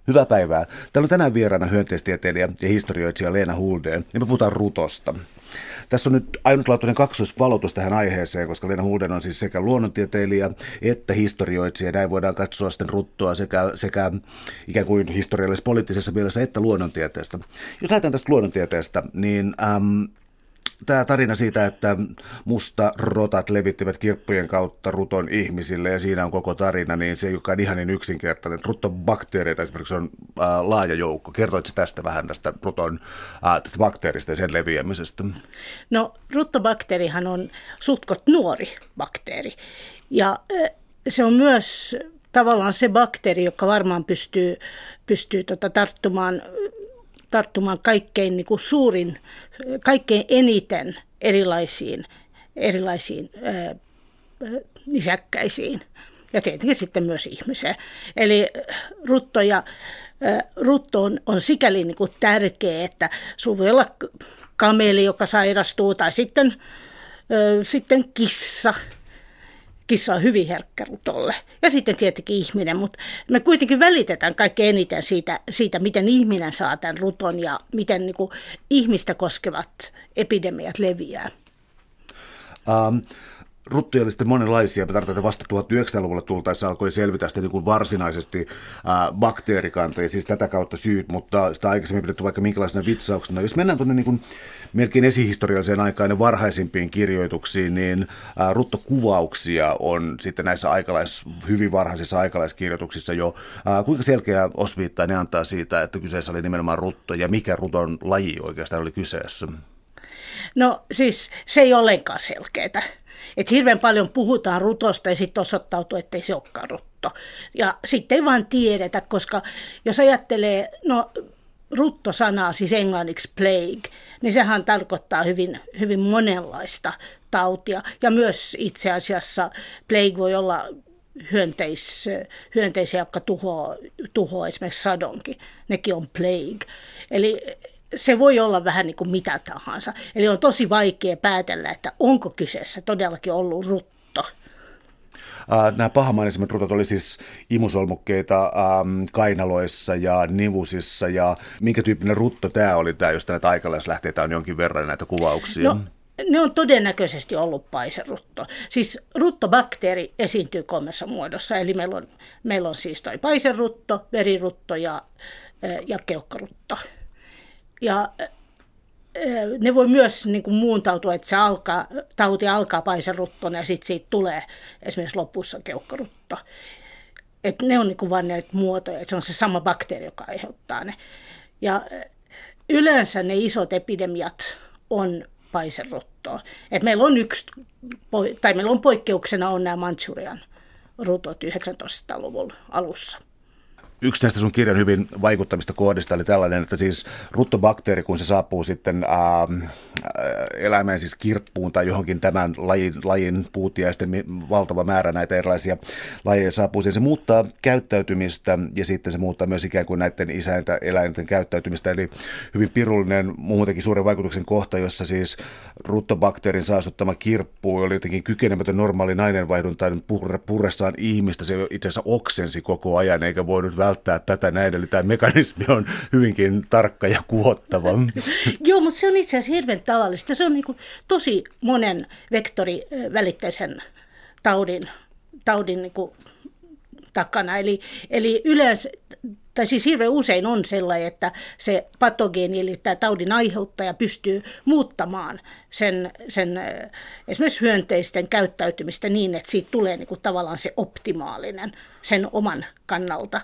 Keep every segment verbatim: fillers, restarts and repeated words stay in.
Hyvää päivää. Täällä on tänään vieraana hyönteistieteilijä ja historioitsija Leena Huldén, ja me puhutaan rutosta. Tässä on nyt ainutlaatuinen kaksoisvalotus tähän aiheeseen, koska Leena Huldén on siis sekä luonnontieteilijä että historioitsija. Näin voidaan katsoa sitten ruttoa sekä, sekä ikään kuin historiallis-poliittisessa mielessä että luonnontieteestä. Jos lähdetään tästä luonnontieteestä, niin äm, tämä tarina siitä, että mustarotat levittivät kirppujen kautta ruton ihmisille ja siinä on koko tarina, niin se ei olekaan ihan niin yksinkertainen. Ruttobakteereita esimerkiksi on ää, laaja joukko. Kerroitko tästä vähän tästä ruton ää, tästä bakteerista ja sen leviämisestä? No ruttobakteerihan on suhtkot nuori bakteeri ja se on myös tavallaan se bakteeri, joka varmaan pystyy, pystyy tota, tarttumaan tarttumaan kaikkein niin kuin suurin, kaikkein eniten erilaisiin, erilaisiin ää, nisäkkäisiin ja tietenkin sitten myös ihmiseen. Eli rutto, ja, ää, rutto on, on sikäli niin kuin tärkeä, että sinulla voi olla kameli, joka sairastuu, tai sitten, ää, sitten kissa. Kissa on hyvin herkkä rutolle. Ja sitten tietenkin ihminen, mutta me kuitenkin välitetään kaikkein eniten siitä, siitä miten ihminen saa tämän ruton ja miten niin kuin, ihmistä koskevat epidemiat leviää. Um. Ruttuja oli sitten monenlaisia. Me tarkoitan, että vasta tuhatyhdeksänsataaluvulla tultaessa alkoi selvitä sitten niin kuin varsinaisesti ää, bakteerikanta ja siis tätä kautta syyt, mutta sitä aikaisemmin pidetty vaikka minkälaisena vitsauksena. Jos mennään tuonne niin kuin melkein esihistorialliseen aikaan ja varhaisimpiin kirjoituksiin, niin ää, ruttokuvauksia on sitten näissä aikalais, hyvin varhaisissa aikalaiskirjoituksissa jo. Ää, kuinka selkeä osviittaa ne antaa siitä, että kyseessä oli nimenomaan rutto ja mikä ruton laji oikeastaan oli kyseessä? No siis se ei ollenkaan selkeää. Että hirveän paljon puhutaan rutosta ja sitten osoittautuu, että ei se olekaan rutto. Ja sitten ei vaan tiedetä, koska jos ajattelee, no rutto-sanaa, siis englanniksi plague, niin sehän tarkoittaa hyvin, hyvin monenlaista tautia. Ja myös itse asiassa plague voi olla hyönteis, hyönteisiä, jotka tuhoaa, tuhoaa esimerkiksi sadonkin. Nekin on plague. Eli se voi olla vähän niin kuin mitä tahansa. Eli on tosi vaikea päätellä, että onko kyseessä todellakin ollut rutto. Nämä pahamaineisimmat rutot oli siis imusolmukkeita ähm, kainaloissa ja nivusissa. Ja minkä tyyppinen rutto tämä oli, tämä, jos näitä aikalaislähteitä on jonkin verran näitä kuvauksia? No, ne on todennäköisesti ollut paiserutto. Siis ruttobakteeri esiintyy kolmessa muodossa. Eli meillä on, meillä on siis toi paiserutto, verirutto ja, ja keuhkorutto. Ja ne voi myös niin kuin muuntautua, että se alkaa, tauti alkaa paiseruttona ja sitten siitä tulee esimerkiksi lopussa keuhkorutto. Että ne on niin kuin vain näitä muotoja, että se on se sama bakteeri, joka aiheuttaa ne. Ja yleensä ne isot epidemiat on paiseruttoa. Että meillä on yksi, tai meillä on poikkeuksena on nämä Manchurian rutot yhdeksäntoistasadan-luvun alussa. Yksi näistä sun kirjan hyvin vaikuttamista kohdista oli tällainen, että siis ruttobakteeri, kun se saapuu sitten ää, eläimeen siis kirppuun tai johonkin tämän lajin, lajin puutiaisten valtava määrä näitä erilaisia lajeja saapuu, siihen se muuttaa käyttäytymistä ja sitten se muuttaa myös ikään kuin näiden isäintä eläinten käyttäytymistä. Eli hyvin pirullinen muutenkin suuren vaikutuksen kohta, jossa siis ruttobakteerin saastuttama kirppu oli jotenkin kykenemätön normaali nainenvaihduntaan purressaan ihmistä. Se itse asiassa oksensi koko ajan eikä voinut välttää tätä näin, eli tämä mekanismi on hyvinkin tarkka ja kuvottava. Joo, mutta se on itse asiassa hirveän tavallista. Se on niin kuin tosi monen vektorivälitteisen taudin, taudin niin kuin takana. Eli, eli yleensä, tai siis hirveän usein on sellainen, että se patogeeni, eli tämä taudin aiheuttaja, pystyy muuttamaan sen, sen esimerkiksi hyönteisten käyttäytymistä niin, että siitä tulee niin kuin tavallaan se optimaalinen sen oman kannalta.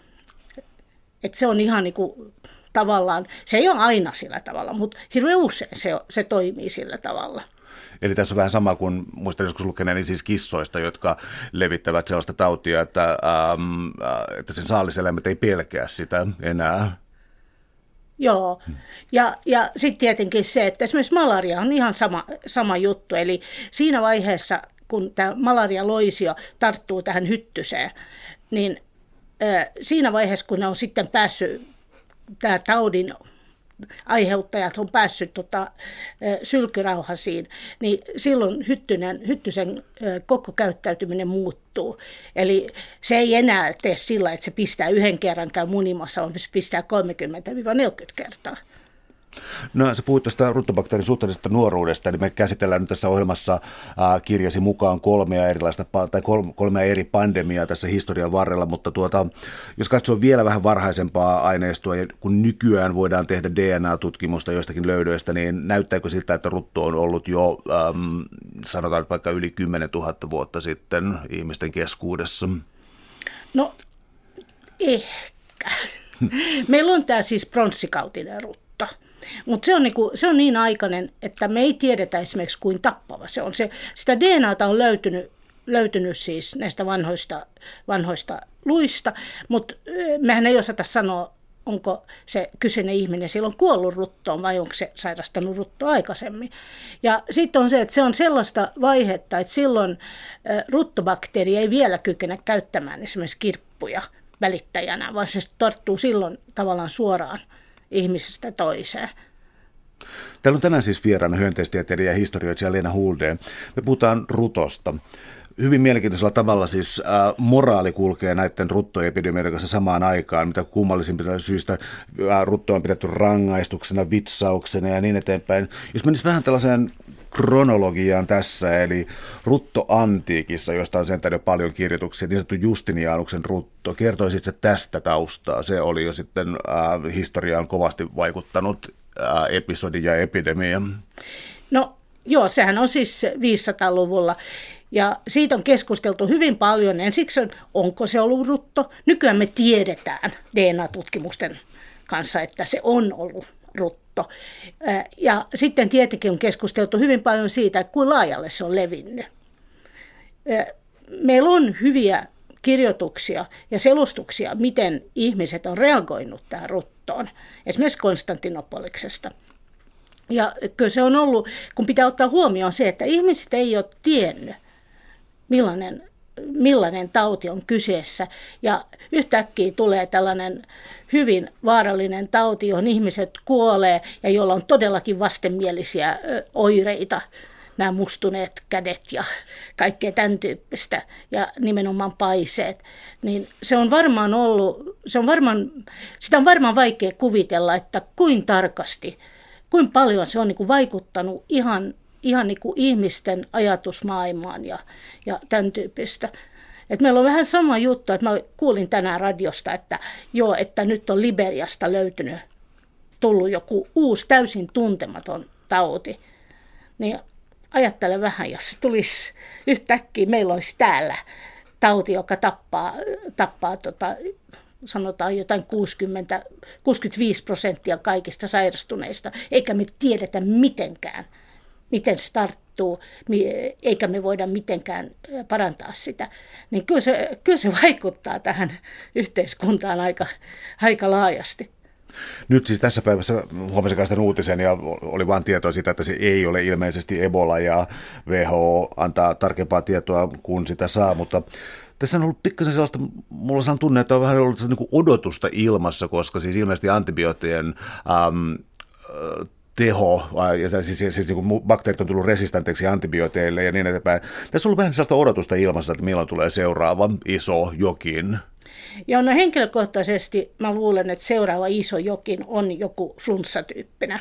Että se on ihan niin kuin tavallaan, se ei ole aina sillä tavalla, mutta hirveän usein se, se toimii sillä tavalla. Eli tässä on vähän sama kuin muistan joskus lukeneeni siis kissoista, jotka levittävät sellaista tautia, että, ähm, että sen saaliseläimet ei pelkää sitä enää. Joo, ja, ja sitten tietenkin se, että esimerkiksi malaria on ihan sama, sama juttu, eli siinä vaiheessa, kun tämä malarialoisio tarttuu tähän hyttyseen, niin äh, siinä vaiheessa, kun ne on sitten päässyt tämä taudin aiheuttajat on päässyt tota, sylkyrauhasiin, niin silloin Hyttynen, Hyttysen koko käyttäytyminen muuttuu. Eli se ei enää tee sillä, että se pistää yhden kerran käy munimassa, vaan se pistää kolmekymmentä neljäkymmentä kertaa. No, sä puhuit tuosta ruttobakteerin suhteellisesta nuoruudesta, eli me käsitellään nyt tässä ohjelmassa äh, kirjasi mukaan kolmea, erilaista, tai kolmea eri pandemiaa tässä historian varrella, mutta tuota, jos katsoo vielä vähän varhaisempaa aineistoa, kun nykyään voidaan tehdä D N A-tutkimusta joistakin löydöistä, niin näyttääkö siltä, että rutto on ollut jo, ähm, sanotaan vaikka yli kymmenen tuhatta vuotta sitten ihmisten keskuudessa? No, ehkä. Meillä on tämä siis pronssikautinen rutto. Mutta se, niinku, se on niin aikainen, että me ei tiedetä esimerkiksi kuin tappava se on. Se, sitä D N A:ta on löytynyt, löytynyt siis näistä vanhoista, vanhoista luista, mutta mehän ei osata sanoa, onko se kyseinen ihminen silloin kuollut ruttoon vai onko se sairastanut ruttoa aikaisemmin. Ja sitten on se, että se on sellaista vaihetta, että silloin ruttobakteeri ei vielä kykene käyttämään esimerkiksi kirppuja välittäjänä, vaan se tarttuu silloin tavallaan suoraan ihmisestä toiseen. Täällä on tänään siis vieraana hyönteistieteilijä ja historioitsija Lena Huldén. Me puhutaan rutosta. Hyvin mielenkiintoisella tavalla siis äh, moraali kulkee näiden ruttoepidemioiden kanssa samaan aikaan, mitä kummallisimpia syystä äh, rutto on pidetty rangaistuksena, vitsauksena ja niin eteenpäin. Jos menisi vähän tällaiseen kronologiaan tässä, eli rutto antiikissa, josta on sentään jo paljon kirjoituksia, niin sanottu Justinianuksen rutto. Kertoisit se tästä taustaa? Se oli jo sitten äh, historiaan kovasti vaikuttanut äh, episodi ja epidemia. No joo, sehän on siis viisisataaluvulla. Ja siitä on keskusteltu hyvin paljon. Ensiksi on, onko se ollut rutto. Nykyään me tiedetään D N A-tutkimusten kanssa, että se on ollut rutto. Ja sitten tietenkin on keskusteltu hyvin paljon siitä, että kuinka laajalle se on levinnyt. Meillä on hyviä kirjoituksia ja selustuksia, miten ihmiset on reagoinut tähän ruttoon, esimerkiksi Konstantinopoliksesta. Ja kyllä se on ollut, kun pitää ottaa huomioon se, että ihmiset ei ole tiennyt, millainen, millainen tauti on kyseessä. Ja yhtäkkiä tulee tällainen hyvin vaarallinen tauti, johon ihmiset kuolee ja jolla on todellakin vastenmielisiä oireita, nämä mustuneet kädet ja kaikkea tämän tyyppistä ja nimenomaan paiseet. Niin se on varmaan ollut, se on varmaan, sitä on varmaan vaikea kuvitella, että kuinka tarkasti, kuinka paljon se on niin kuin vaikuttanut ihan, ihan niin kuin ihmisten ajatusmaailmaan ja, ja tämän tyyppistä. Et meillä on vähän sama juttu, että mä kuulin tänään radiosta, että joo, että nyt on Liberiasta löytynyt, tullut joku uusi täysin tuntematon tauti. Niin ajattele vähän, jos se tulisi yhtäkkiä, meillä olisi täällä tauti, joka tappaa, tappaa tota, sanotaan jotain kuusikymmentä, kuusikymmentäviisi prosenttia kaikista sairastuneista, eikä me tiedetä mitenkään, miten se tarttuu, eikä me voida mitenkään parantaa sitä. Niin kyllä se, kyllä se vaikuttaa tähän yhteiskuntaan aika, aika laajasti. Nyt siis tässä päivässä huomasin tämän uutisen ja oli vain tietoa siitä, että se ei ole ilmeisesti Ebola ja W H O antaa tarkempaa tietoa, kun sitä saa, mutta tässä on ollut pikkasen sellaista, mulla on tunne, että on vähän ollut niin kuin odotusta ilmassa, koska siis ilmeisesti antibioottien äm, teho, ja siis, siis, siis niin kuin bakteerit on tullut resistanteiksi antibiooteille ja niin eteenpäin. Tässä on ollut vähän sellaista odotusta ilmassa, että milloin tulee seuraava iso jokin. Ja no henkilökohtaisesti mä luulen, että seuraava iso jokin on joku flunssatyyppinä,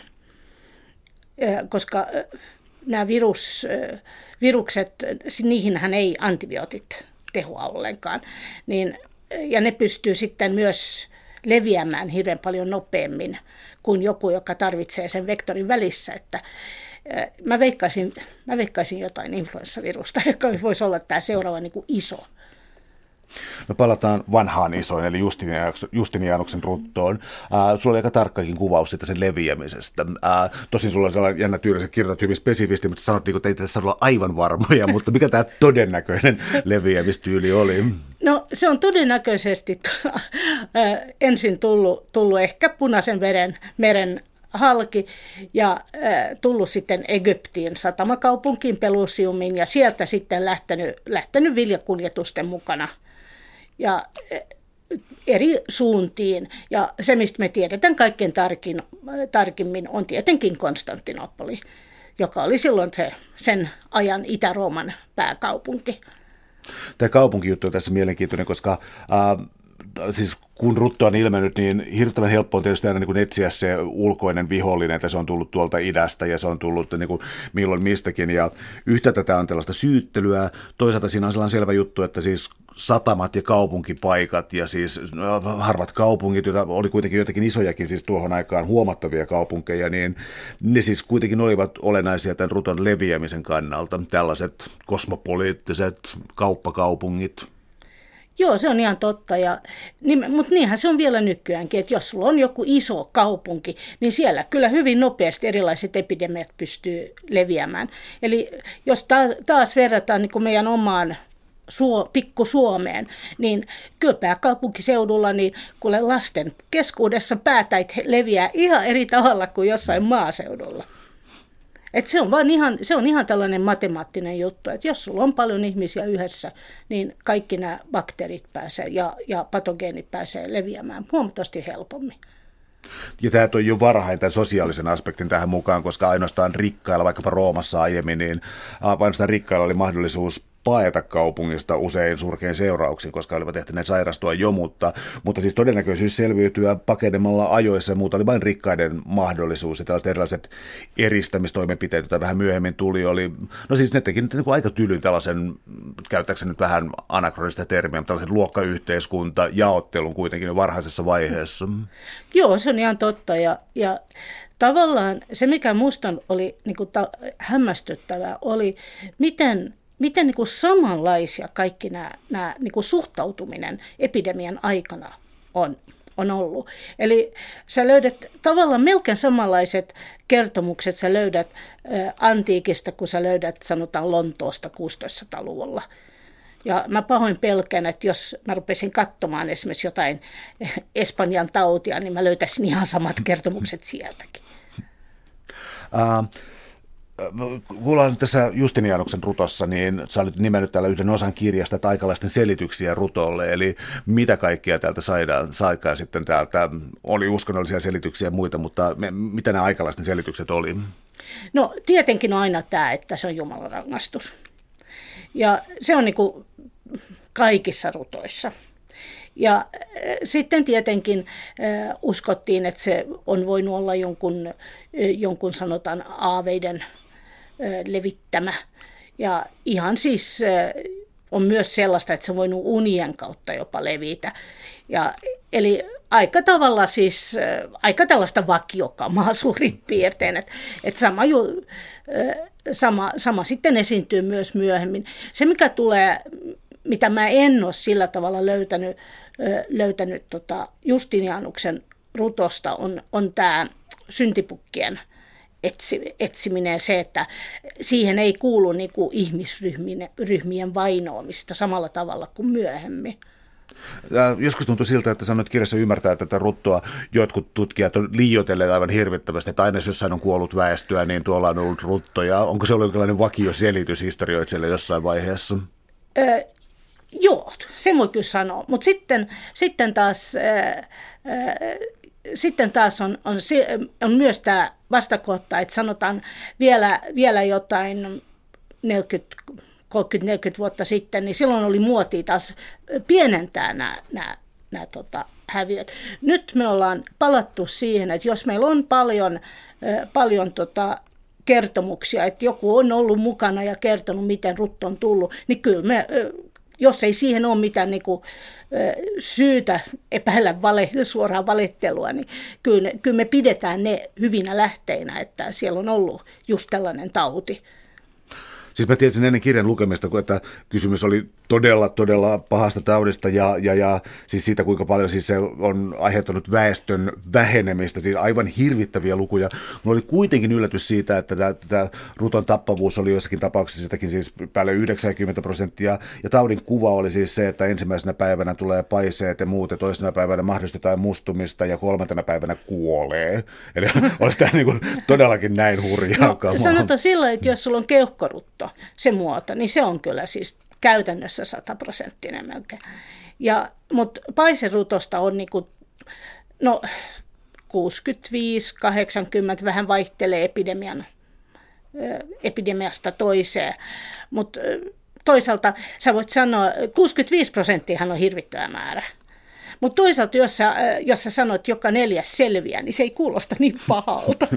koska nämä virus, virukset, niihinhän ei antibiootit tehoa ollenkaan, niin, ja ne pystyy sitten myös leviämään hirveän paljon nopeammin kuin joku, joka tarvitsee sen vektorin välissä, että mä veikkaisin, mä veikkaisin jotain influenssavirusta, joka voisi olla tämä seuraava niin kuin iso. No palataan vanhaan isoon, eli Justinianuksen ruttoon. Äh, sulla oli aika tarkkakin kuvaus siitä sen leviämisestä. Äh, tosin sulla on sellainen jännä tyyli, että kirjoitat hyvin spesifisti, mutta sanot, että ei tässä olla aivan varmoja, mutta mikä tämä todennäköinen leviämistyyli oli? No se on todennäköisesti äh, ensin tullut, tullut ehkä Punaisen veren, meren halki ja äh, tullut sitten Egyptiin satamakaupunkiin Pelusiumiin ja sieltä sitten lähtenyt, lähtenyt viljakuljetusten mukana. Ja eri suuntiin. Ja se, mistä me tiedetään kaikkein tarkin, tarkimmin, on tietenkin Konstantinopoli, joka oli silloin se, sen ajan Itä-Rooman pääkaupunki. Tämä kaupunkijuttu on tässä mielenkiintoinen, koska äh, siis kun rutto on ilmennyt, niin hirveän helppo on tietysti aina niin kuin etsiä se ulkoinen vihollinen, että se on tullut tuolta idästä ja se on tullut niin kuin milloin mistäkin. Ja yhtä tätä on tällaista syyttelyä. Toisaalta siinä on sellainen selvä juttu, että siis satamat ja kaupunkipaikat ja siis harvat kaupungit, joita oli kuitenkin jotenkin isojakin siis tuohon aikaan huomattavia kaupunkeja, niin ne siis kuitenkin olivat olennaisia tämän ruton leviämisen kannalta. Tällaiset kosmopoliittiset kauppakaupungit. Joo, se on ihan totta, ja, niin, mutta niinhän se on vielä nykyäänkin, että jos sulla on joku iso kaupunki, niin siellä kyllä hyvin nopeasti erilaiset epidemiat pystyy leviämään. Eli jos taas, taas verrataan niin kuin meidän omaan Suo, pikku Suomeen, niin kyllä pääkaupunkiseudulla niin kuule lasten keskuudessa päätäit leviää ihan eri tavalla kuin jossain maaseudulla. Et se on vaan ihan, se on ihan tällainen matemaattinen juttu, että jos sulla on paljon ihmisiä yhdessä, niin kaikki nämä bakteerit pääsee ja, ja patogeenit pääsee leviämään huomattavasti helpommin. Ja tämä toi jo varhain tämän sosiaalisen aspektin tähän mukaan, koska ainoastaan rikkailla, vaikkapa Roomassa aiemmin, niin ainoastaan rikkailla oli mahdollisuus paeta kaupungista usein surkein seurauksin, koska olivat ehtineet sairastua jo, mutta, mutta siis todennäköisyys selviytyä pakenemalla ajoissa ja muuta oli vain rikkaiden mahdollisuus. Ja tällaiset erilaiset eristämistoimenpiteet, joita vähän myöhemmin tuli, oli, no siis ne teki nyt niin kuin aika tylyn tällaisen, käyttääkseni nyt vähän anakronista termiä, mutta tällaisen luokkayhteiskunta jaottelun kuitenkin jo varhaisessa vaiheessa. Joo, se on ihan totta ja, ja tavallaan se, mikä musta oli niin kuin ta- hämmästyttävää, oli miten Miten niin kuin samanlaisia kaikki nämä, nämä niin kuin suhtautuminen epidemian aikana on, on ollut. Eli sä löydät tavallaan melkein samanlaiset kertomukset, sä löydät ä, antiikista, kun sä löydät sanotaan Lontoosta kuusitoistasataa-luvulla. Ja mä pahoin pelkään, että jos mä rupesin katsomaan esimerkiksi jotain Espanjan tautia, niin mä löytäisin ihan samat kertomukset sieltäkin. Uh. Kuullaan tässä Justinianuksen rutossa, niin sä olet nimennyt täällä yhden osan kirjasta taikalaisten selityksiä rutolle, eli mitä kaikkea täältä saadaan, saikaan sitten täältä, oli uskonnollisia selityksiä ja muita, mutta me, mitä nämä aikalaisten selitykset oli? No tietenkin on aina tämä, että se on Jumalan rangaistus. Ja se on niin kuin kaikissa rutoissa. Ja sitten tietenkin äh, uskottiin, että se on voinut olla jonkun, jonkun sanotaan aaveiden levittämä. Ja ihan siis on myös sellaista, että se on voinut unien kautta jopa levitä. Ja, eli aika tavalla siis, aika tällaista vakiokamaa suurin piirtein. Että et sama, sama, sama sitten esiintyy myös myöhemmin. Se mikä tulee, mitä mä en ole sillä tavalla löytänyt, löytänyt tota Justinianuksen rutosta, on, on tämä syntipukkien etsiminen, se, että siihen ei kuulu niin kuin ihmisryhmien vainoamista samalla tavalla kuin myöhemmin. Joskus tuntui siltä, että sanoit kirjassa ymmärtää, että tätä ruttoa jotkut tutkijat on liioitelleet aivan hirvittävästi, että aina jos jossain on kuollut väestöä, niin tuolla on ollut ruttoja. Onko se ollut jonkinlainen vakioselitys historioitselle jossain vaiheessa? Öö, joo, se voi kyllä sanoa, mutta sitten, sitten taas... Öö, öö, Sitten taas on, on, on myös tämä vastakohta, että sanotaan vielä, vielä jotain neljäkymmentä kolmekymmentä neljäkymmentä vuotta sitten, niin silloin oli muotia taas pienentää nämä, nämä, nämä tota, häviöt. Nyt me ollaan palattu siihen, että jos meillä on paljon, paljon tota, kertomuksia, että joku on ollut mukana ja kertonut, miten rutto on tullut, niin kyllä me, jos ei siihen ole mitään niin kuin, syytä epäillä vale, suoraan valittelua, niin kyllä, kyllä me pidetään ne hyvinä lähteinä, että siellä on ollut just tällainen tauti. Siis mä tiesin ennen kirjan lukemista, että kysymys oli todella, todella pahasta taudista ja, ja, ja siis siitä, kuinka paljon siis se on aiheuttanut väestön vähenemistä, siis aivan hirvittäviä lukuja. Mulla oli kuitenkin yllätys siitä, että tämä, tämä ruton tappavuus oli jossakin tapauksessa jotakin siis päälle yhdeksänkymmentä prosenttia, ja taudin kuva oli siis se, että ensimmäisenä päivänä tulee paiseet ja muut, ja toisena päivänä mahdollisesti jotain mustumista, ja kolmantena päivänä kuolee. Eli olisi tämä niin kuin todellakin näin hurjaa. No, sanotaan sillä, että jos sulla on keuhkorutto, se muoto, niin se on kyllä siis käytännössä sataprosenttinen melkein. Ja, mutta paiserutosta on niin kuin, no, kuusikymmentäviisi kahdeksankymmentä, vähän vaihtelee epidemian, epidemiasta toiseen, mutta toisaalta sä voit sanoa, kuusikymmentäviisi prosenttiahan on hirvittävä määrä. Mutta toisaalta, jos sä, jos sä sanot, että joka neljäs selviää, niin se ei kuulosta niin pahalta.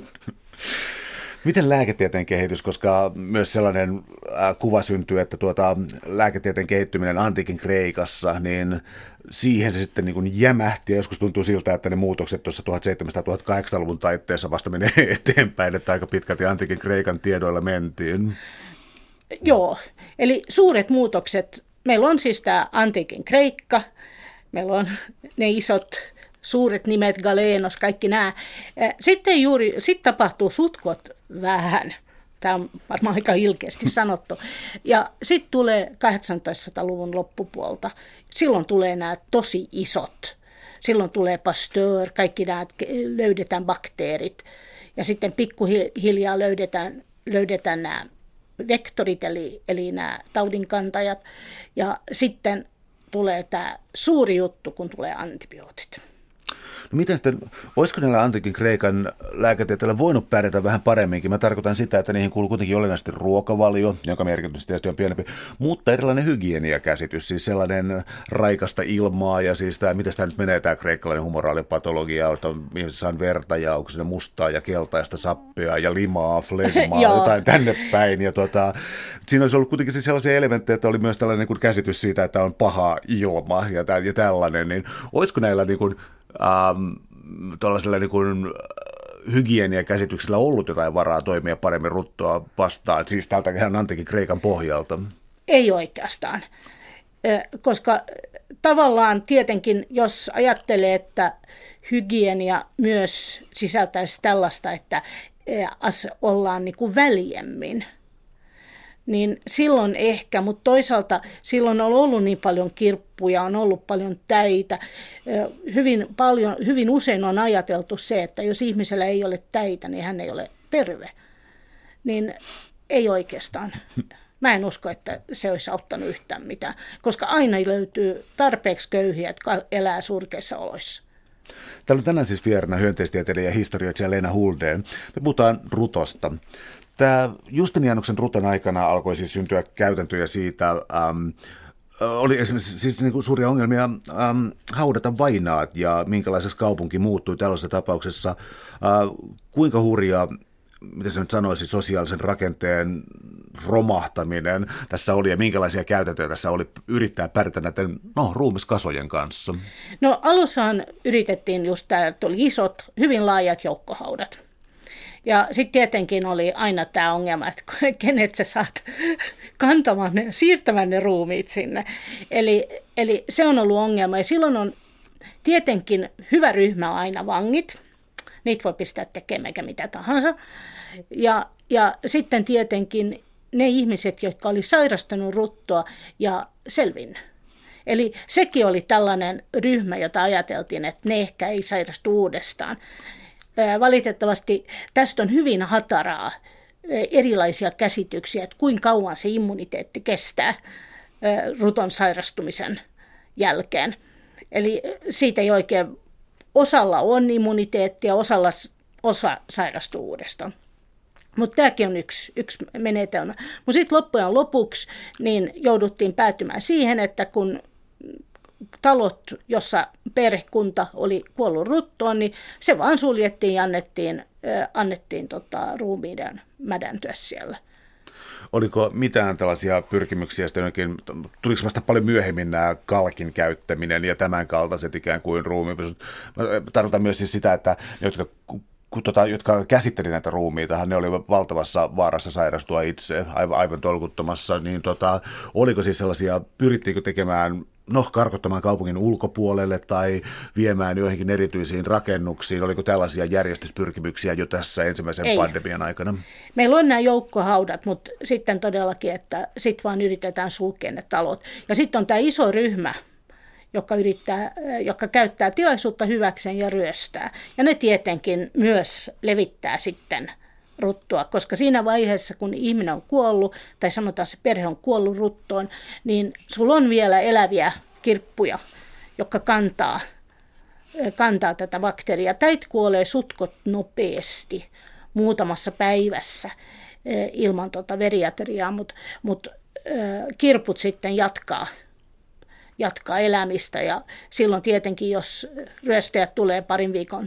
Miten lääketieteen kehitys, koska myös sellainen kuva syntyy, että tuota, lääketieteen kehittyminen antiikin Kreikassa, niin siihen se sitten niin kuin jämähti, ja joskus tuntuu siltä, että ne muutokset tuossa tuhatseitsemänsataatuhattakahdeksansataaluvun taitteessa vasta menee eteenpäin, että aika pitkälti antiikin Kreikan tiedoilla mentiin. Joo, eli suuret muutokset, meillä on siis tämä antiikin Kreikka, meillä on ne isot suuret nimet, Galenos, kaikki nämä. Sitten juuri, sitten tapahtuu sutkot vähän. Tämä on varmaan aika ilkeästi sanottu. Ja sitten tulee kahdeksantoistasadan-luvun loppupuolta. Silloin tulee nämä tosi isot. Silloin tulee Pasteur, kaikki nämä löydetään bakteerit. Ja sitten pikkuhiljaa löydetään, löydetään nämä vektorit, eli, eli nämä taudinkantajat. Ja sitten tulee tämä suuri juttu, kun tulee antibiootit. No miten sitten, olisiko näillä antiikin Kreikan lääketieteellä voinut pärjätä vähän paremminkin? Mä tarkoitan sitä, että niihin kuuluu kuitenkin olennaisesti ruokavalio, jonka merkitys tietysti on pienempi, mutta erilainen hygieniakäsitys, siis sellainen raikasta ilmaa ja siis tämä, miten tämä nyt menee tämä kreikkalainen humoraalipatologia, että ihmiset saa verta ja onko siinä mustaa ja keltaista sappea ja limaa, flegmaa, jotain tänne päin. Ja tuota, siinä olisi ollut kuitenkin siis sellaisia elementtejä, että oli myös tällainen niin kuin käsitys siitä, että on paha ilma ja, tä, ja tällainen, niin olisiko näillä niin kuin Ähm, tuollaisella niin kuin hygieniakäsityksellä ollut jotain varaa toimia paremmin ruttoa vastaan, siis tältä antiikin Kreikan pohjalta? Ei oikeastaan, koska tavallaan tietenkin, jos ajattelee, että hygienia myös sisältäisi tällaista, että ollaan niin kuin väljemmin, niin silloin ehkä, mutta toisaalta silloin on ollut niin paljon kirppuja, on ollut paljon täitä. Hyvin, paljon, hyvin usein on ajateltu se, että jos ihmisellä ei ole täitä, niin hän ei ole terve. Niin ei oikeastaan. Mä en usko, että se olisi auttanut yhtään mitään, koska aina löytyy tarpeeksi köyhiä, jotka elää surkeissa oloissa. Täällä on tänään siis vieraana hyönteistieteilijä ja historioitsija Leena Huldén. Me puhutaan rutosta. Tämä Justinianuksen ruton aikana alkoi siis syntyä käytäntöjä siitä, äm, oli esimerkiksi siis niin kuin suuria ongelmia äm, haudata vainaat ja minkälaisessa kaupunki muuttui tällaisessa tapauksessa. Äh, kuinka hurja, miten se nyt sanoisi, sosiaalisen rakenteen romahtaminen tässä oli ja minkälaisia käytäntöjä tässä oli yrittää pärjätä näiden no, ruumiskasojen kanssa? No alussahan yritettiin just tämä, että oli isot, hyvin laajat joukkohaudat. Ja sitten tietenkin oli aina tämä ongelma, että kenet sä saat kantamaan ne, siirtämään ne ruumiit sinne. Eli, eli se on ollut ongelma. Ja silloin on tietenkin hyvä ryhmä aina vangit. Niitä voi pistää tekemään eikä mitä tahansa. Ja, ja sitten tietenkin ne ihmiset, jotka oli sairastanut ruttoa ja selvinnyt. Eli sekin oli tällainen ryhmä, jota ajateltiin, että ne ehkä ei sairastu uudestaan. Valitettavasti tästä on hyvin hataraa erilaisia käsityksiä, että kuinka kauan se immuniteetti kestää ruton sairastumisen jälkeen. Eli siitä ei oikein, osalla on immuniteettia, osalla osa sairastuu uudestaan. Mutta tämäkin on yksi, yksi menetelmä. Mutta sitten loppujen lopuksi niin jouduttiin päätymään siihen, että kun talot, jossa perhekunta oli kuollut ruttoon, niin se vaan suljettiin ja annettiin, annettiin tota, ruumiiden mädäntyä siellä. Oliko mitään tällaisia pyrkimyksiä, jonkin, tuliko vasta paljon myöhemmin nämä kalkin käyttäminen ja tämän kaltaiset ikään kuin ruumiinpesut? Tarkoitan myös siis sitä, että ne, jotka, tota, jotka käsitteli näitä ruumiita, ne olivat valtavassa vaarassa sairastua itse, aivan, aivan tolkuttomassa, niin tota, oliko siis sellaisia, pyrittiinkö tekemään no, karkottamaan kaupungin ulkopuolelle tai viemään joihinkin erityisiin rakennuksiin? Oliko tällaisia järjestyspyrkimyksiä jo tässä ensimmäisen Ei. pandemian aikana? Meillä on nämä joukkohaudat, mutta sitten todellakin, että sitten vaan yritetään sulkea ne talot. Ja sitten on tämä iso ryhmä, joka, yrittää, joka käyttää tilaisuutta hyväkseen ja ryöstää. Ja ne tietenkin myös levittää sitten ruttoa, koska siinä vaiheessa, kun ihminen on kuollut, tai sanotaan se perhe on kuollut ruttoon, niin sulla on vielä eläviä kirppuja, jotka kantaa, kantaa tätä bakteeria. Täitä kuolee sutkot nopeasti, muutamassa päivässä ilman tuota veriateriaa, mutta mut, kirput sitten jatkaa, jatkaa elämistä. Ja silloin tietenkin, jos ryöstäjät tulee parin viikon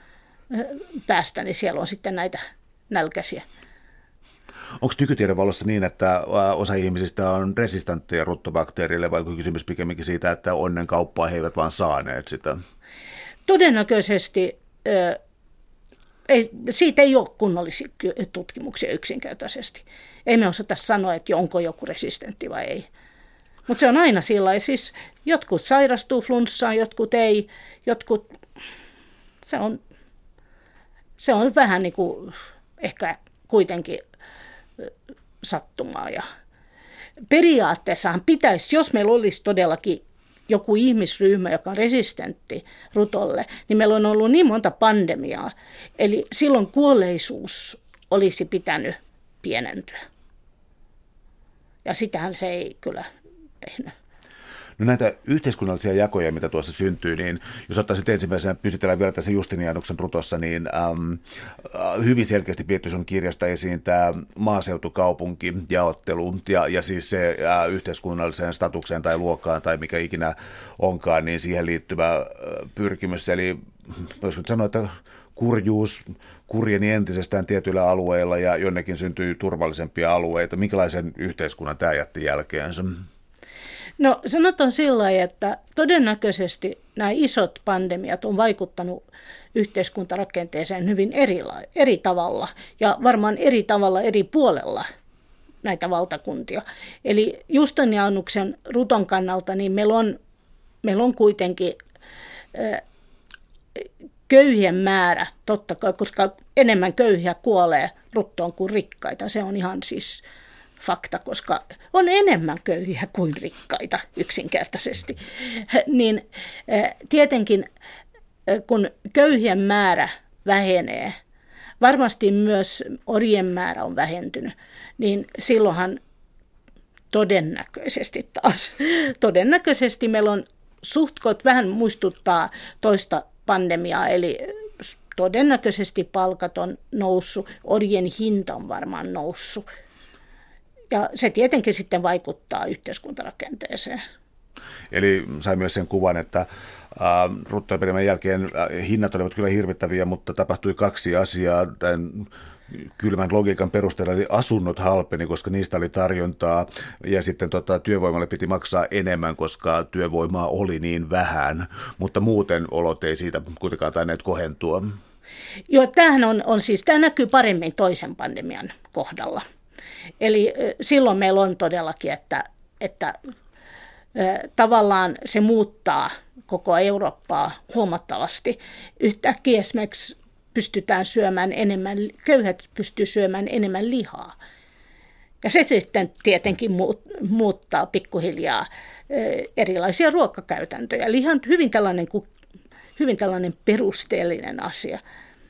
päästä, niin siellä on sitten näitä nälkäisiä. Onko nykytiedon valossa niin, että osa ihmisistä on resistantteja ruttobakteerille, vai onko kysymys pikemminkin siitä, että onnen kauppaa he eivät vaan saaneet sitä? Todennäköisesti äh, ei, siitä ei ole kunnollisia tutkimuksia yksinkertaisesti. Ei me osata sanoa, että onko joku resistentti vai ei. Mutta se on aina sillä lailla. Siis jotkut sairastuu flunssaan, jotkut ei, jotkut... Se on, se on vähän niin kuin ehkä kuitenkin sattumaa. Ja periaatteessahan pitäisi, jos meillä olisi todellakin joku ihmisryhmä, joka on resistentti rutolle, niin meillä on ollut niin monta pandemiaa. Eli silloin kuolleisuus olisi pitänyt pienentyä. Ja sitähän se ei kyllä tehnyt. No näitä yhteiskunnallisia jakoja, mitä tuossa syntyy, niin jos ottaisit ensimmäisenä, pysytellään vielä tässä Justinianuksen rutossa, niin äm, hyvin selkeästi Pietty sun kirjasta esiin tämä maaseutukaupunkijaottelu ja, ja siis se ä, yhteiskunnalliseen statukseen tai luokkaan tai mikä ikinä onkaan, niin siihen liittyvä ä, pyrkimys. Eli voisiko sanoa, että kurjuus kurjeni entisestään tietyillä alueilla ja jonnekin syntyy turvallisempia alueita. Minkälaisen yhteiskunnan tämä jätti jälkeensä? No sanotaan sillä lailla, että todennäköisesti nämä isot pandemiat on vaikuttanut yhteiskuntarakenteeseen hyvin eri, eri tavalla ja varmaan eri tavalla eri puolella näitä valtakuntia. Eli Justinianuksen ruton kannalta niin meillä on, meillä on kuitenkin äh, köyhien määrä, totta kai, koska enemmän köyhiä kuolee ruttoon kuin rikkaita. Se on ihan siis fakta, koska on enemmän köyhiä kuin rikkaita yksinkertaisesti. Niin tietenkin kun köyhien määrä vähenee, varmasti myös orjien määrä on vähentynyt, niin silloinhan todennäköisesti taas, todennäköisesti meillä on suhtkot vähän muistuttaa toista pandemiaa, eli todennäköisesti palkat on noussut, orjien hinta on varmaan noussut. Ja se tietenkin sitten vaikuttaa yhteiskuntarakenteeseen. Eli sai myös sen kuvan, että äh, ruttoepidemian jälkeen äh, hinnat olivat kyllä hirvittäviä, mutta tapahtui kaksi asiaa tämän kylmän logiikan perusteella, eli asunnot halpeni, koska niistä oli tarjontaa, ja sitten tota, työvoimalle piti maksaa enemmän, koska työvoimaa oli niin vähän, mutta muuten olot ei siitä kuitenkaan tainneet kohentua. Joo, tämähän on, on siis, tämä näkyy paremmin toisen pandemian kohdalla. Eli silloin meillä on todellakin, että, että tavallaan se muuttaa koko Eurooppaa huomattavasti. Yhtäkkiä esimerkiksi pystytään syömään enemmän, köyhät pystyy syömään enemmän lihaa. Ja se sitten tietenkin muuttaa pikkuhiljaa erilaisia ruokakäytäntöjä. Liha on hyvin tällainen, hyvin tällainen perusteellinen asia.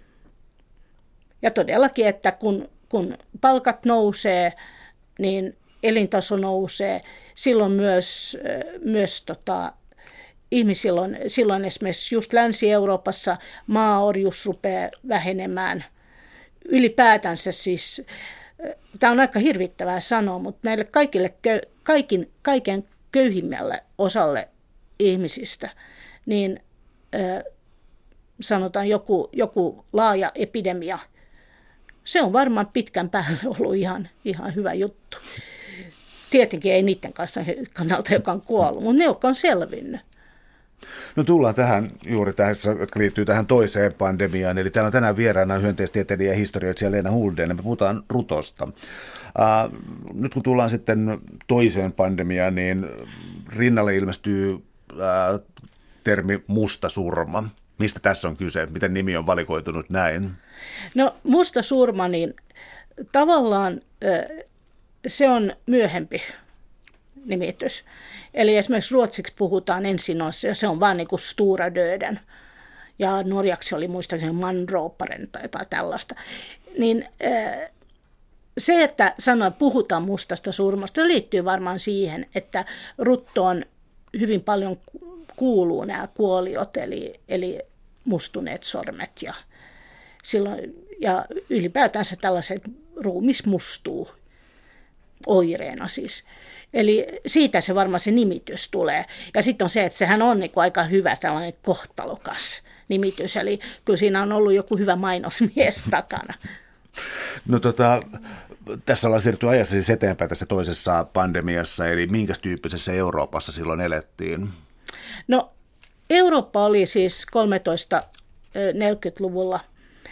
Ja todellakin, että kun Kun palkat nousee, niin elintaso nousee. Silloin myös, myös tota, ihmisillä on, silloin esimerkiksi just Länsi-Euroopassa maaorjuus rupeaa vähenemään. Ylipäätänsä siis, tämä on aika hirvittävää sanoa, mutta näille kaikille, kaikin, kaiken köyhimmälle osalle ihmisistä, niin sanotaan joku, joku laaja epidemia, se on varmaan pitkän päälle ollut ihan, ihan hyvä juttu. Tietenkin ei niiden kanssa kannalta, joka on kuollut, mutta ne, jotka on selvinnyt. No tullaan tähän juuri tässä, jotka liittyy tähän toiseen pandemiaan. Eli täällä on tänään vieraana hyönteistieteilijä ja historioitsija Leena Huldén, ja me puhutaan rutosta. Uh, nyt kun tullaan sitten toiseen pandemiaan, niin rinnalle ilmestyy uh, termi musta surma. Mistä tässä on kyse? Miten nimi on valikoitunut näin? No musta surma, niin tavallaan se on myöhempi nimitys. Eli esimerkiksi ruotsiksi puhutaan ensin, ja se on vaan niin kuin stora döden. Ja norjaksi oli muistaakseni manroparen tai jotain tällaista. Niin se, että sanoa, puhutaan mustasta surmasta, liittyy varmaan siihen, että rutto on hyvin paljon kuuluu nämä kuoliot, eli, eli mustuneet sormet ja, silloin, ja ylipäätänsä tällaiset ruumis mustuu oireena siis. Eli siitä se varmaan se nimitys tulee. Ja sitten on se, että sehän on niin kuin aika hyvä tällainen kohtalokas nimitys, eli kyllä siinä on ollut joku hyvä mainosmies takana. No tota, tässä ollaan siirtynyt ajassa siis eteenpäin tässä toisessa pandemiassa, eli minkä tyyppisessä Euroopassa silloin elettiin? No Eurooppa oli siis kolmetoista neljäkymmentäluvulla.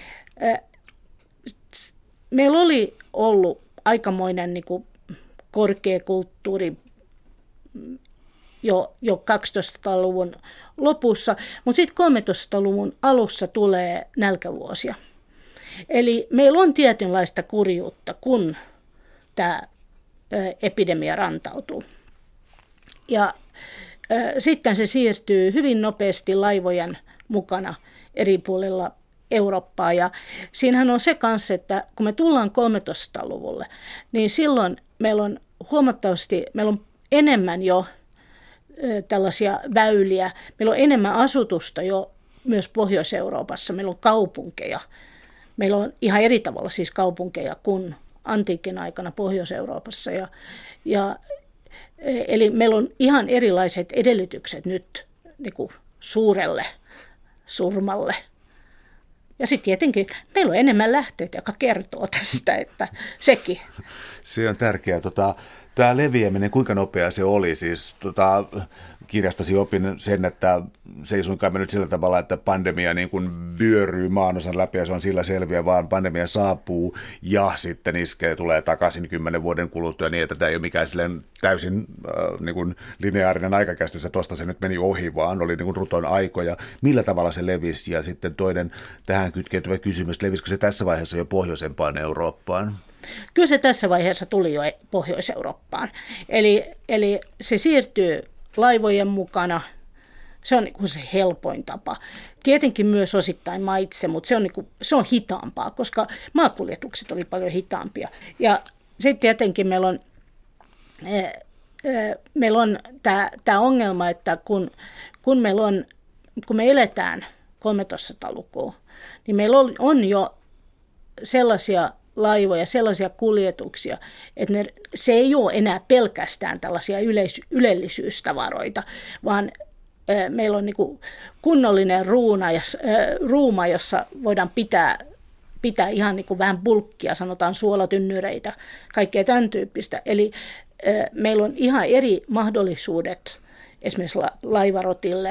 Meillä oli ollut aikamoinen niin kuin korkeakulttuuri jo, jo kaksitoistasataaluvun lopussa, mutta sitten kolmetoistasataluvun alussa tulee nälkävuosia. Eli meillä on tietynlaista kurjuutta, kun tämä epidemia rantautuu. Ja sitten se siirtyy hyvin nopeasti laivojen mukana eri puolilla Eurooppaa. Ja siinähän on se kanssa, että kun me tullaan kolmetoistasataa-luvulle, niin silloin meillä on huomattavasti, meillä on enemmän jo tällaisia väyliä, meillä on enemmän asutusta jo myös Pohjois-Euroopassa, meillä on kaupunkeja. Meillä on ihan eri tavalla siis kaupunkeja kuin antiikin aikana Pohjois-Euroopassa. Ja, ja, eli meillä on ihan erilaiset edellytykset nyt niin kuin suurelle surmalle. Ja sitten tietenkin meillä on enemmän lähteitä, joka kertoo tästä, että sekin. Se on tärkeää. Tota, tämä leviäminen, kuinka nopea se oli? Siis, tota, kirjastasi opin sen, että se ei suinkaan mennyt sillä tavalla, että pandemia niin kuin vyöryy maanosan läpi ja se on sillä selviä, vaan pandemia saapuu ja sitten iskee, tulee takaisin kymmenen vuoden kuluttua niin, että tämä ei ole mikään täysin äh, niin kuin lineaarinen aikakäsitys, ja tuosta se nyt meni ohi, vaan oli niin kuin ruton aikoja. Millä tavalla se levisi? Ja sitten toinen tähän kytkeytyvä kysymys, levisikö se tässä vaiheessa jo pohjoisempaan Eurooppaan? Kyllä se tässä vaiheessa tuli jo Pohjois-Eurooppaan. Eli, eli se siirtyy laivojen mukana. Se on niin kuin se helpoin tapa. Tietenkin myös osittain maitse, mutta se on, niin kuin, se on hitaampaa, koska maakuljetukset oli paljon hitaampia. Ja sitten tietenkin meillä on, meillä on tämä, tämä ongelma, että kun, kun, meillä on, kun me eletään kolmetoistasataa-lukua, niin meillä on, on jo sellaisia laivoja, sellaisia kuljetuksia, että ne, se ei ole enää pelkästään tällaisia yleis, ylellisyystavaroita, vaan ä, meillä on niin kuin kunnollinen ruuna, ja, ä, ruuma, jossa voidaan pitää, pitää ihan niin kuin vähän bulkkia, sanotaan suolatynnyreitä, kaikkea tämän tyyppistä. Eli ä, meillä on ihan eri mahdollisuudet esimerkiksi la, laivarotille,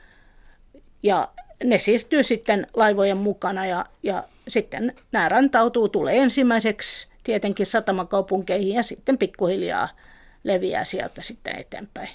ja ne siirtyy sitten laivojen mukana, ja, ja sitten nämä rantautuu, tulee ensimmäiseksi tietenkin satamakaupunkeihin ja sitten pikkuhiljaa leviää sieltä sitten eteenpäin.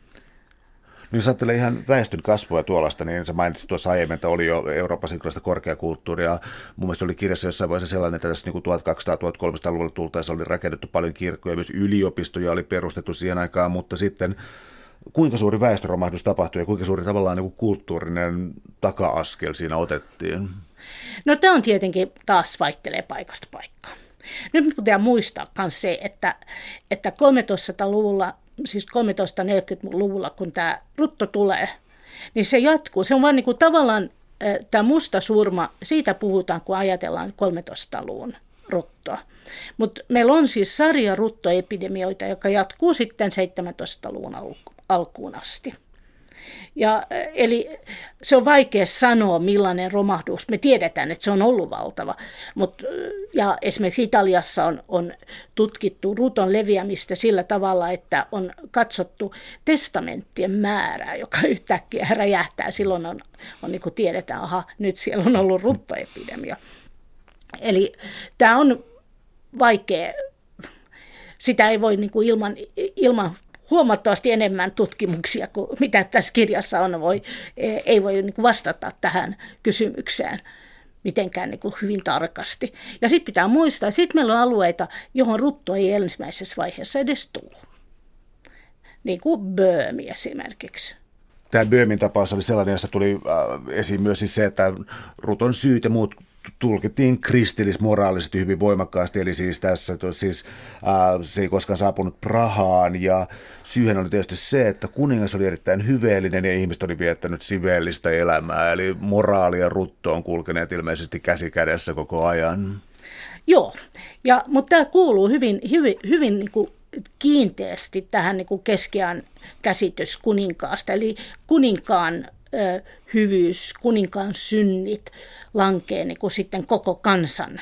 No jos ajattelee ihan väestön kasvua tuollaista, niin sä mainitsit tuossa aiemmin, että oli jo Euroopassa jonkinlaista korkeakulttuuria. Mun mielestä oli kirjassa jossain vaiheessa sellainen, että tässä niin tuhatkaksisataa-tuhatkolmesataaluvulla tultaessa oli rakennettu paljon kirkkoja, myös yliopistoja oli perustettu siihen aikaan, mutta sitten kuinka suuri väestöromahdus tapahtui ja kuinka suuri tavallaan niin kuin kulttuurinen taka-askel siinä otettiin? No tämä on tietenkin taas vaihtelee paikasta paikkaan. Nyt pitää muistaa myös se, että, että kolmetoistasataa-luvulla, siis kolmetoistasataa-neljäkymmentäluvulla, kun tämä rutto tulee, niin se jatkuu. Se on vaan niin kuin tavallaan tämä musta surma, siitä puhutaan, kun ajatellaan kolmetoistasataa-luvun ruttoa. Mutta meillä on siis sarja ruttoepidemioita, joka jatkuu sitten seitsemäntoistasataa-luvun alkuun asti. Ja, eli se on vaikea sanoa, millainen romahdus. Me tiedetään, että se on ollut valtava. Mut, ja esimerkiksi Italiassa on, on tutkittu ruton leviämistä sillä tavalla, että on katsottu testamenttien määrää, joka yhtäkkiä räjähtää. Silloin on, on niin kuin tiedetään, aha, nyt siellä on ollut ruttoepidemia. Eli tämä on vaikea. Sitä ei voi niin kuin ilman... ilman huomattavasti enemmän tutkimuksia kuin mitä tässä kirjassa on, voi, ei voi niin kuin vastata tähän kysymykseen mitenkään niin kuin hyvin tarkasti. Ja sitten pitää muistaa, että sitten meillä on alueita, johon rutto ei ensimmäisessä vaiheessa edes tule. Niin kuin Böömi esimerkiksi. Tämä Böömin tapaus oli sellainen, jossa tuli esiin myös siis se, että ruton syyt ja muut tulkittiin kristillismoraalisesti hyvin voimakkaasti, eli siis tässä siis, ää, se ei koskaan saapunut Prahaan, ja syyhän oli tietysti se, että kuningas oli erittäin hyveellinen ja ihmiset oli viettänyt siveellistä elämää, eli moraali ja rutto on kulkeneet ilmeisesti käsi kädessä koko ajan. Joo, ja, mutta tämä kuuluu hyvin, hyvin, hyvin niin kuin kiinteästi tähän niin kuin keskiajan käsitys kuninkaasta, eli kuninkaan ö, hyvyys, kuninkaan synnit lankee niin kuin sitten koko kansan,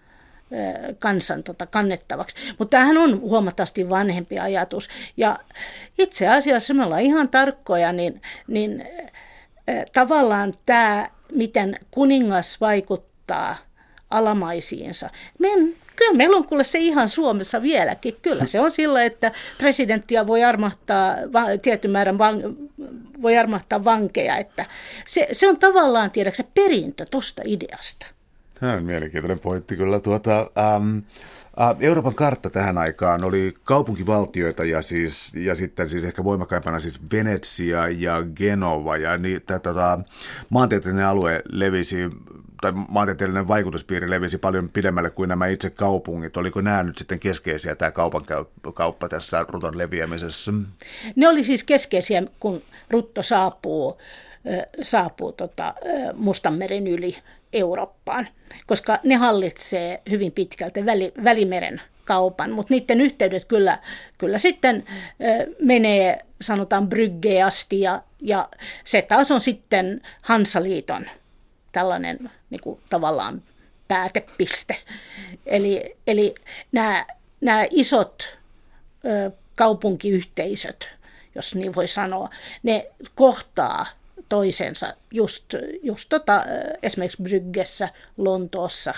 ö, kansan tota, kannettavaksi. Mutta tämähän on huomattavasti vanhempi ajatus, ja itse asiassa me ollaan ihan tarkkoja, niin, niin ö, tavallaan tämä, miten kuningas vaikuttaa alamaisiinsa. Men, kyllä meillä on kuule se ihan Suomessa vieläkin. Kyllä se on sillä, että presidenttiä voi armahtaa, tietyn määrän van, voi armahtaa vankeja. Että se, se on tavallaan, tiedätkö, perintö tuosta ideasta. Tämä on mielenkiintoinen pointti kyllä. Tuota, ähm, äh, Euroopan kartta tähän aikaan oli kaupunkivaltioita ja, siis, ja sitten siis ehkä voimakkaimpana siis Venetsia ja Genova. Ja niin, tota, maantieteellinen alue levisi tai maantieteellinen vaikutuspiiri levisi paljon pidemmälle kuin nämä itse kaupungit. Oliko nämä nyt sitten keskeisiä, tämä kaupankauppa tässä ruton leviämisessä? Ne oli siis keskeisiä, kun rutto saapuu, saapuu tota Mustanmeren yli Eurooppaan, koska ne hallitsee hyvin pitkälti väli, Välimeren kaupan, mutta niiden yhteydet kyllä, kyllä sitten menee, sanotaan Bryggeen asti, ja, ja se taas on sitten Hansaliiton tällainen niin kuin, tavallaan päätepiste. Eli, eli nämä, nämä isot ö, kaupunkiyhteisöt, jos niin voi sanoa, ne kohtaa toisensa just, just tota, esimerkiksi Bryggessä, Lontoossa.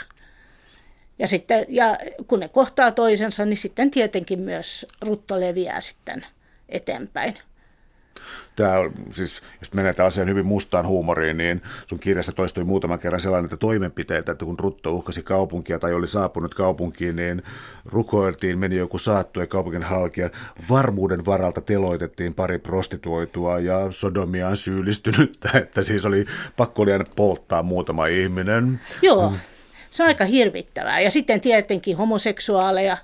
Ja, sitten, ja kun ne kohtaa toisensa, niin sitten tietenkin myös rutto leviää sitten eteenpäin. Tämä on, siis, jos menee tällaiseen hyvin mustaan huumoriin, niin sun kirjassa toistui muutaman kerran sellainen, että toimenpiteitä, että kun rutto uhkasi kaupunkia tai oli saapunut kaupunkiin, niin rukoiltiin, meni joku saattu ja kaupungin halkia. Varmuuden varalta teloitettiin pari prostituoitua ja sodomiaan syyllistynyttä, että siis oli pakko oli aina polttaa muutama ihminen. Joo, se on aika hirvittävää. Ja sitten tietenkin homoseksuaaleja,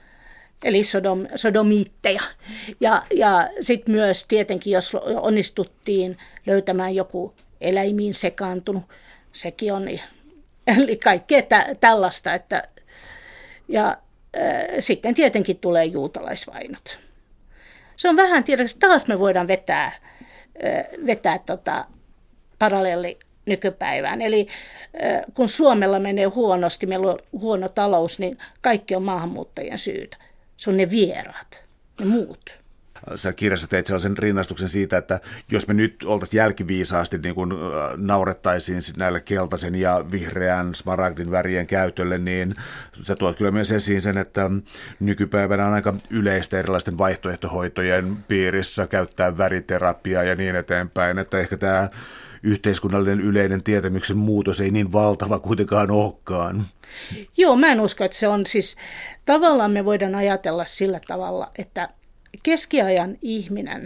eli sodom, sodomiitteja. Ja, ja sitten myös tietenkin, jos onnistuttiin löytämään joku eläimiin sekaantunut, sekin on, eli kaikkea tä, tällaista. Että, ja äh, sitten tietenkin tulee juutalaisvainot. Se on vähän, tiedätkö, taas me voidaan vetää, äh, vetää tota paralleeli nykypäivään. Eli äh, kun Suomella menee huonosti, meillä on huono talous, niin kaikki on maahanmuuttajien syytä. Se on ne vieraat, ne muut. Sä kirjassa teit sellaisen rinnastuksen siitä, että jos me nyt oltaisiin jälkiviisaasti niin kuin naurettaisiin näille keltaisen ja vihreän smaragdin värien käytölle, niin se tuo kyllä myös esiin sen, että nykypäivänä on aika yleistä erilaisten vaihtoehtohoitojen piirissä käyttää väriterapiaa ja niin eteenpäin, että ehkä tämä yhteiskunnallinen yleinen tietämyksen muutos ei niin valtava kuitenkaan olekaan. Joo, mä en usko, että se on siis, tavallaan me voidaan ajatella sillä tavalla, että keskiajan ihminen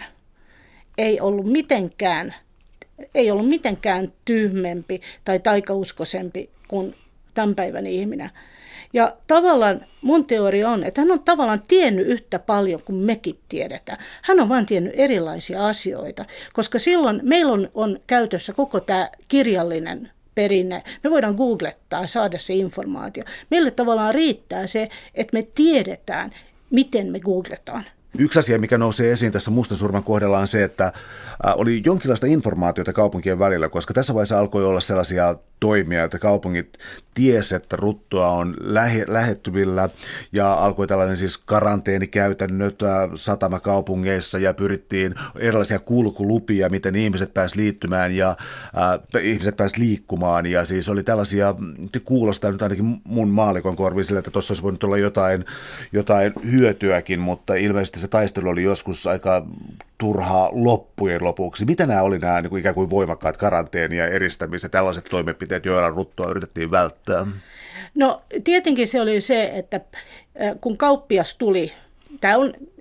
ei ollut mitenkään, ei ollut mitenkään tyhmempi tai taikauskoisempi kuin tämän päivän ihminen. Ja tavallaan mun teoria on, että hän on tavallaan tiennyt yhtä paljon kuin mekin tiedetään. Hän on vain tiennyt erilaisia asioita, koska silloin meillä on, on käytössä koko tämä kirjallinen perinne. Me voidaan googlettaa ja saada se informaatio. Meille tavallaan riittää se, että me tiedetään, miten me googletaan. Yksi asia, mikä nousee esiin tässä Mustansurman kohdalla on se, että oli jonkinlaista informaatiota kaupunkien välillä, koska tässä vaiheessa alkoi olla sellaisia toimia, että kaupungit tiesi, että ruttoa on lähe, lähettyvillä ja alkoi tällainen siis karanteenikäytännöt satamakaupungeissa ja pyrittiin erilaisia kulkulupia, miten ihmiset pääsivät liittymään ja äh, ihmiset pääsivät liikkumaan ja siis oli tällaisia, kuulostaa nyt ainakin mun maallikon korviin sille, että tuossa olisi voinut olla jotain, jotain hyötyäkin, mutta ilmeisesti se taistelu oli joskus aika turhaa loppujen lopuksi. Mitä nämä oli nämä niin kuin ikään kuin voimakkaat karanteeni- ja eristämiset, tällaiset toimenpiteet, joilla ruttoa yritettiin välttää? No tietenkin se oli se, että kun kauppias tuli, tämä on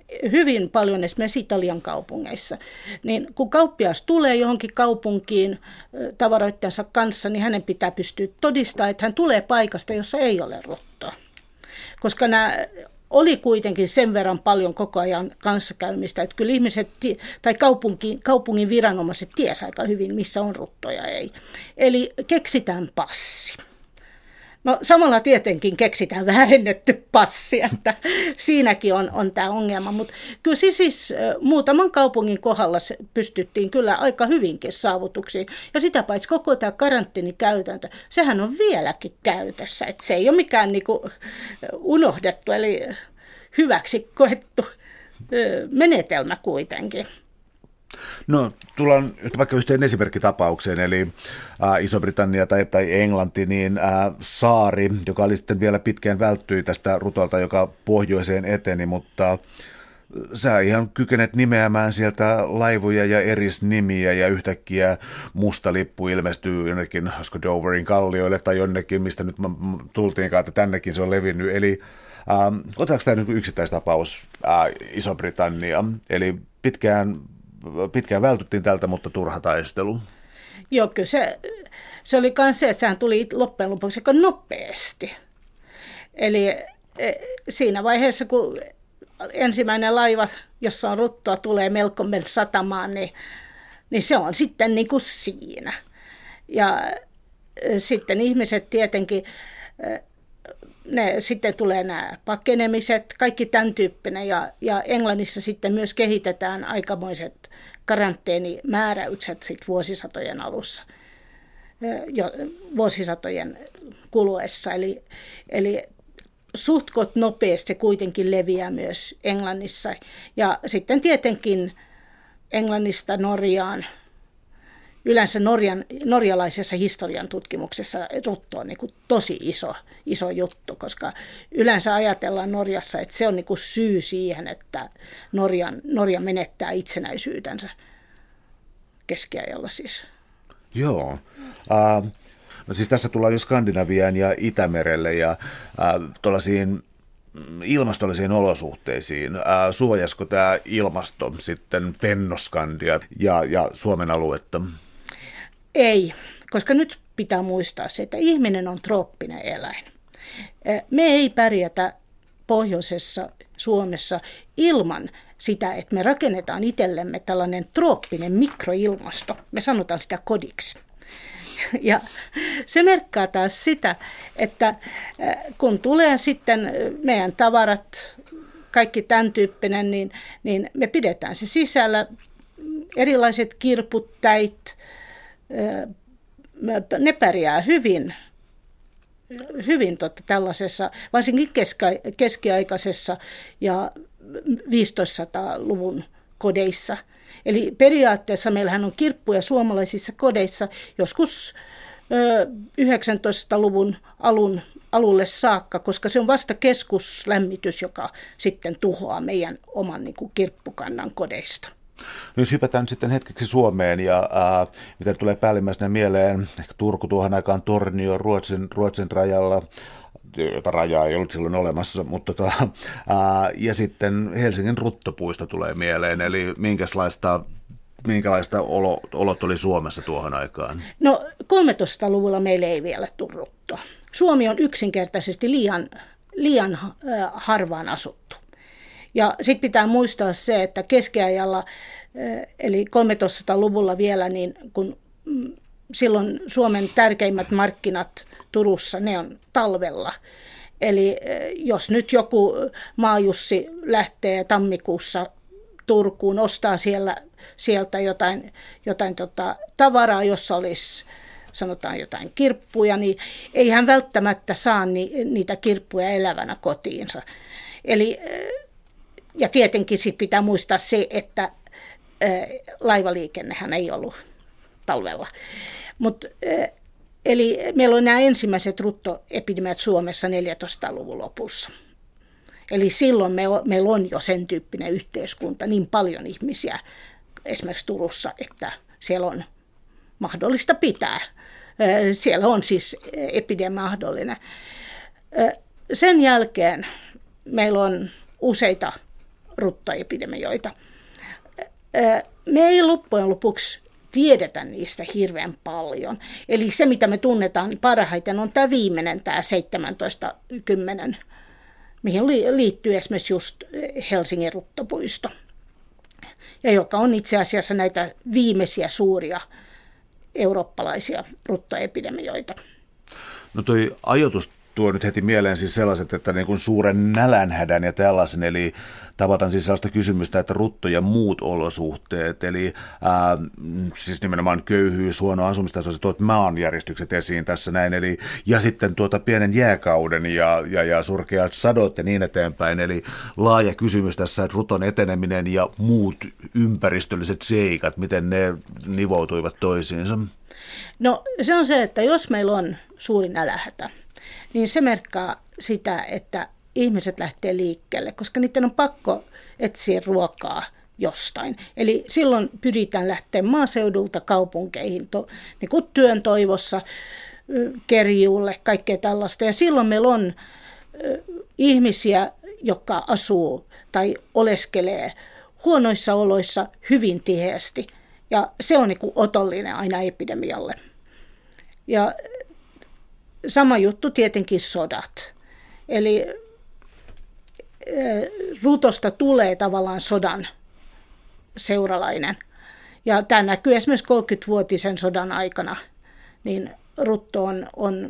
hyvin paljon esimerkiksi Italian kaupungeissa. Niin kun kauppias tulee johonkin kaupunkiin tavaroittensa kanssa, niin hänen pitää pystyä todistamaan, että hän tulee paikasta, jossa ei ole ruttoa. Koska nämä oli kuitenkin sen verran paljon koko ajan kanssakäymistä, että kyllä ihmiset tai kaupunki, kaupungin viranomaiset tiesivät aika hyvin, missä on ruttoja ja ei. Eli keksitään passi. No samalla tietenkin keksitään väärennetty passi, että siinäkin on, on tämä ongelma, mutta kyllä siis, siis muutaman kaupungin kohdalla pystyttiin kyllä aika hyvinkin saavutuksiin. Ja sitä paitsi koko tämä karanteenikäytäntö, sehän on vieläkin käytössä, että se ei ole mikään niinku unohdettu, eli hyväksi koettu menetelmä kuitenkin. No, tullaan vaikka yhteen esimerkkitapaukseen, eli äh, Iso-Britannia tai, tai Englanti, niin äh, saari, joka oli sitten vielä pitkään välttyi tästä rutolta, joka pohjoiseen eteni, mutta sä ihan kykenet nimeämään sieltä laivoja ja erisnimiä ja yhtäkkiä musta lippu ilmestyy jonnekin, olisiko Doverin kallioille tai jonnekin, mistä nyt tultiinkaan, että tännekin se on levinnyt. Eli äh, otetaanko tämä nyt yksittäistapaus äh, Iso-Britannia, eli pitkään Pitkään vältyttiin tältä, mutta turha taistelu. Joo, kyllä se, se oli myös se, että sehän tuli loppujen lopuksi aika nopeasti. Eli siinä vaiheessa, kun ensimmäinen laiva, jossa on ruttoa, tulee Melkomen satamaan, niin, niin se on sitten niin kuin siinä. Ja sitten ihmiset tietenkin, ne, sitten tulee nämä pakenemiset, kaikki tämän tyyppinen. Ja, ja Englannissa sitten myös kehitetään aikamoiset karanteenimääräykset sit vuosisatojen alussa, jo, vuosisatojen kuluessa. Eli, eli suhtkot nopeasti kuitenkin leviää myös Englannissa. Ja sitten tietenkin Englannista Norjaan. Yleensä Norjan, norjalaisessa historian tutkimuksessa rutto on niin kuin tosi iso, iso juttu, koska yleensä ajatellaan Norjassa, että se on niin kuin syy siihen, että Norjan, Norja menettää itsenäisyytensä keskiajalla siis. Joo. Uh, no siis tässä tullaan jo Skandinaviaan ja Itämerelle ja uh, tuollaisiin ilmastollisiin olosuhteisiin. Uh, suojasko tämä ilmasto sitten Fennoskandia ja, ja Suomen aluetta? Ei, koska nyt pitää muistaa se, että ihminen on trooppinen eläin. Me ei pärjätä pohjoisessa Suomessa ilman sitä, että me rakennetaan itsellemme tällainen trooppinen mikroilmasto. Me sanotaan sitä kodiksi. Ja se merkkaa taas sitä, että kun tulee sitten meidän tavarat, kaikki tämän tyyppinen, niin, niin me pidetään se sisällä. Erilaiset kirputtäit, ne pärjää hyvin, hyvin totta tällaisessa, varsinkin keskiaikaisessa ja viisitoistasadan-luvun kodeissa. Eli periaatteessa meillähän on kirppuja suomalaisissa kodeissa joskus yhdeksäntoistasadan-luvun alun, alulle saakka, koska se on vasta keskuslämmitys, joka sitten tuhoaa meidän oman niin kuin kirppukannan kodeista. No jos hypätään sitten hetkeksi Suomeen ja ää, mitä tulee päällimmäisenä mieleen, ehkä Turku tuohon aikaan Tornio Ruotsin, Ruotsin rajalla, jota rajaa ei ollut silloin olemassa, mutta tota, ää, ja sitten Helsingin ruttopuisto tulee mieleen, eli minkälaista, minkälaista olo, olot oli Suomessa tuohon aikaan? No kolmetoistasadan-luvulla meille ei vielä tule ruttoa. Suomi on yksinkertaisesti liian, liian äh, harvaan asuttu. Ja sitten pitää muistaa se, että keskiajalla, eli kolmetoistasadan-luvulla vielä, niin kun silloin Suomen tärkeimmät markkinat Turussa, ne on talvella. Eli jos nyt joku maajussi lähtee tammikuussa Turkuun, ostaa siellä, sieltä jotain, jotain tota, tavaraa, jossa olisi sanotaan jotain kirppuja, niin ei hän välttämättä saa ni, niitä kirppuja elävänä kotiinsa. Eli ja tietenkin sit pitää muistaa se, että ä, laivaliikennehän ei ollut talvella. Mut, ä, eli meillä on nämä ensimmäiset ruttoepidemiat Suomessa neljätoistasadan-luvun lopussa. Eli silloin me, meillä on jo sen tyyppinen yhteiskunta, niin paljon ihmisiä esimerkiksi Turussa, että siellä on mahdollista pitää. Ä, siellä on siis epidemia mahdollinen. Ä, sen jälkeen meillä on useita ruttoepidemioita. Me ei loppujen lopuksi tiedetä niistä hirveän paljon. Eli se, mitä me tunnetaan parhaiten, on tämä viimeinen, tämä seitsemäntoista kymmenen, mihin liittyy esimerkiksi just Helsingin ruttopuisto, ja joka on itse asiassa näitä viimeisiä suuria eurooppalaisia ruttoepidemioita. No toi ajoitus tuo nyt heti mieleen siis sellaiset, että niin kuin suuren nälänhädän ja tällaisen, eli tavataan siis sellaista kysymystä, että rutto ja muut olosuhteet, eli ää, siis nimenomaan köyhyys, huono asumistaso, se tuot maanjäristykset esiin tässä näin, eli ja sitten tuota pienen jääkauden ja, ja, ja surkeat sadot ja niin eteenpäin, eli laaja kysymys tässä, että ruton eteneminen ja muut ympäristölliset seikat, miten ne nivoutuivat toisiinsa? No se on se, että jos meillä on suuri nälänhätä, niin se merkkaa sitä, että ihmiset lähtee liikkeelle, koska niiden on pakko etsiä ruokaa jostain. Eli silloin pyritään lähteä maaseudulta kaupunkeihin to, niin kuin työn toivossa, kerjuulle, kaikkea tällaista. Ja silloin meillä on ihmisiä, jotka asuu tai oleskelee huonoissa oloissa hyvin tiheästi. Ja se on niin kuin otollinen aina epidemialle. Ja sama juttu tietenkin sodat. Eli rutosta tulee tavallaan sodan seuralainen. Ja tämä näkyy esimerkiksi kolmekymmenvuotisen sodan aikana, niin rutto, on, on,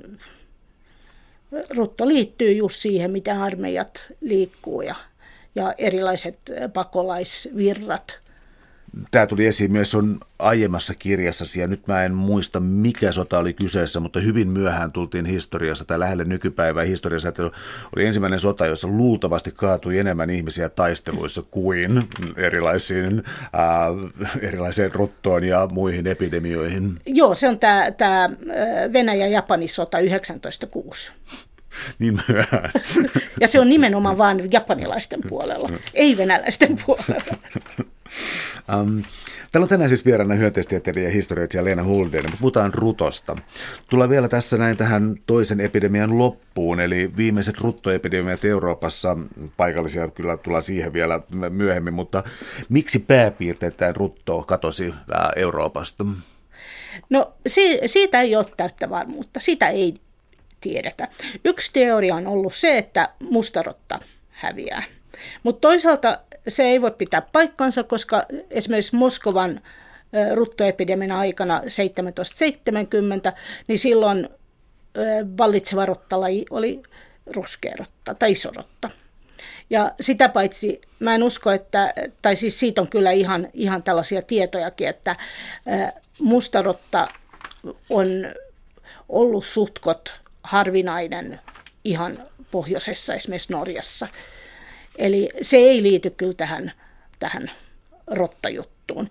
rutto liittyy just siihen, miten armeijat liikkuu ja, ja erilaiset pakolaisvirrat. Tämä tuli esiin myös sun aiemmassa kirjassasi, ja nyt mä en muista, mikä sota oli kyseessä, mutta hyvin myöhään tultiin historiassa tai lähelle nykypäivää historiassa, että oli ensimmäinen sota, jossa luultavasti kaatui enemmän ihmisiä taisteluissa kuin erilaisiin, äh, erilaiseen ruttoon ja muihin epidemioihin. Joo, se on tämä, tämä Venäjä-Japanin sota yhdeksäntoista kuusi. Niin myöhään. Ja se on nimenomaan vain japanilaisten puolella, ei venäläisten puolella. Um, täällä on tänään siis vieraana hyönteistieteilijä ja historioitsija Leena Huldén. Me puhutaan rutosta. Tullaan vielä tässä näin tähän toisen epidemian loppuun, eli viimeiset ruttoepidemiat Euroopassa. Paikallisia kyllä tullaan siihen vielä myöhemmin, mutta miksi pääpiirteittäin rutto katosi Euroopasta? No siitä ei ole täyttä varmuutta, sitä ei tiedetä. Yksi teoria on ollut se, että mustarotta häviää, mutta toisaalta se ei voi pitää paikkansa, koska esimerkiksi Moskovan ruttoepidemian aikana seitsemäntoista seitsemänkymmentä, niin silloin vallitseva rottalaji oli ruskearotta tai isorotta. Ja sitä paitsi mä en usko, että, tai siis siitä on kyllä ihan, ihan tällaisia tietojakin, että mustarotta on ollut suhtkot harvinainen ihan pohjoisessa, esimerkiksi Norjassa. Eli se ei liity kyllä tähän, tähän rottajuttuun.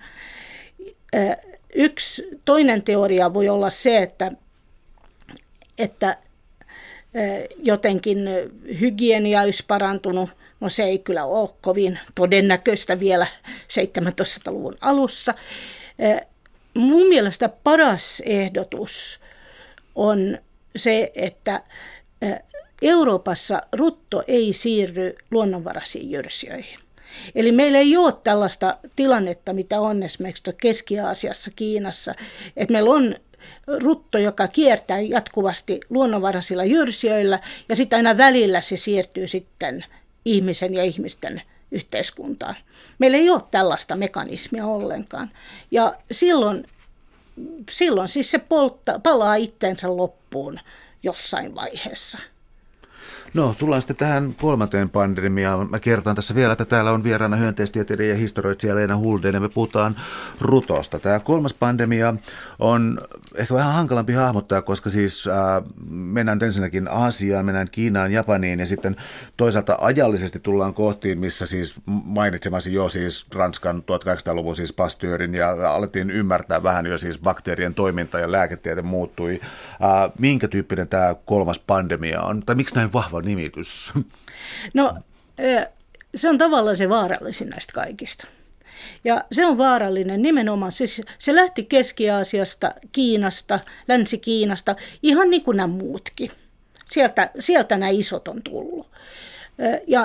Yksi toinen teoria voi olla se, että, että jotenkin hygienia olisi parantunut. No se ei kyllä ole kovin todennäköistä vielä seitsemäntoistasataaluvun alussa. Mun mielestä paras ehdotus on se, että Euroopassa rutto ei siirry luonnonvaraisiin jyrsijöihin. Eli meillä ei ole tällaista tilannetta, mitä on esimerkiksi Keski-Aasiassa, Kiinassa, että meillä on rutto, joka kiertää jatkuvasti luonnonvaraisilla jyrsijöillä, ja sitten aina välillä se siirtyy sitten ihmisen ja ihmisten yhteiskuntaan. Meillä ei ole tällaista mekanismia ollenkaan. Ja silloin, silloin siis se poltta, palaa itsensä loppuun jossain vaiheessa. No, tullaan sitten tähän kolmanteen pandemiaan. Mä kertaan tässä vielä, että täällä on vieraana hyönteistieteilijä ja historioitsija Leena Huldén, ja me puhutaan rutosta. Tämä kolmas pandemia on ehkä vähän hankalampi hahmottaa, koska siis äh, mennään ensinnäkin Aasiaan, mennään Kiinaan, Japaniin, ja sitten toisaalta ajallisesti tullaan kohtiin, missä siis mainitsemasi jo siis Ranskan tuhatkahdeksansataaluvun siis Pasteurin, ja alettiin ymmärtää vähän jo siis bakteerien toiminta ja lääketiede muuttui. Äh, minkä tyyppinen tämä kolmas pandemia on, tai miksi näin vahva nimitys? No, se on tavallaan se vaarallisin näistä kaikista. Ja se on vaarallinen nimenomaan, siis se lähti Keski-Aasiasta, Kiinasta, Länsi-Kiinasta, ihan niin kuin nämä muutkin. Sieltä, sieltä nämä isot on tullut. Ja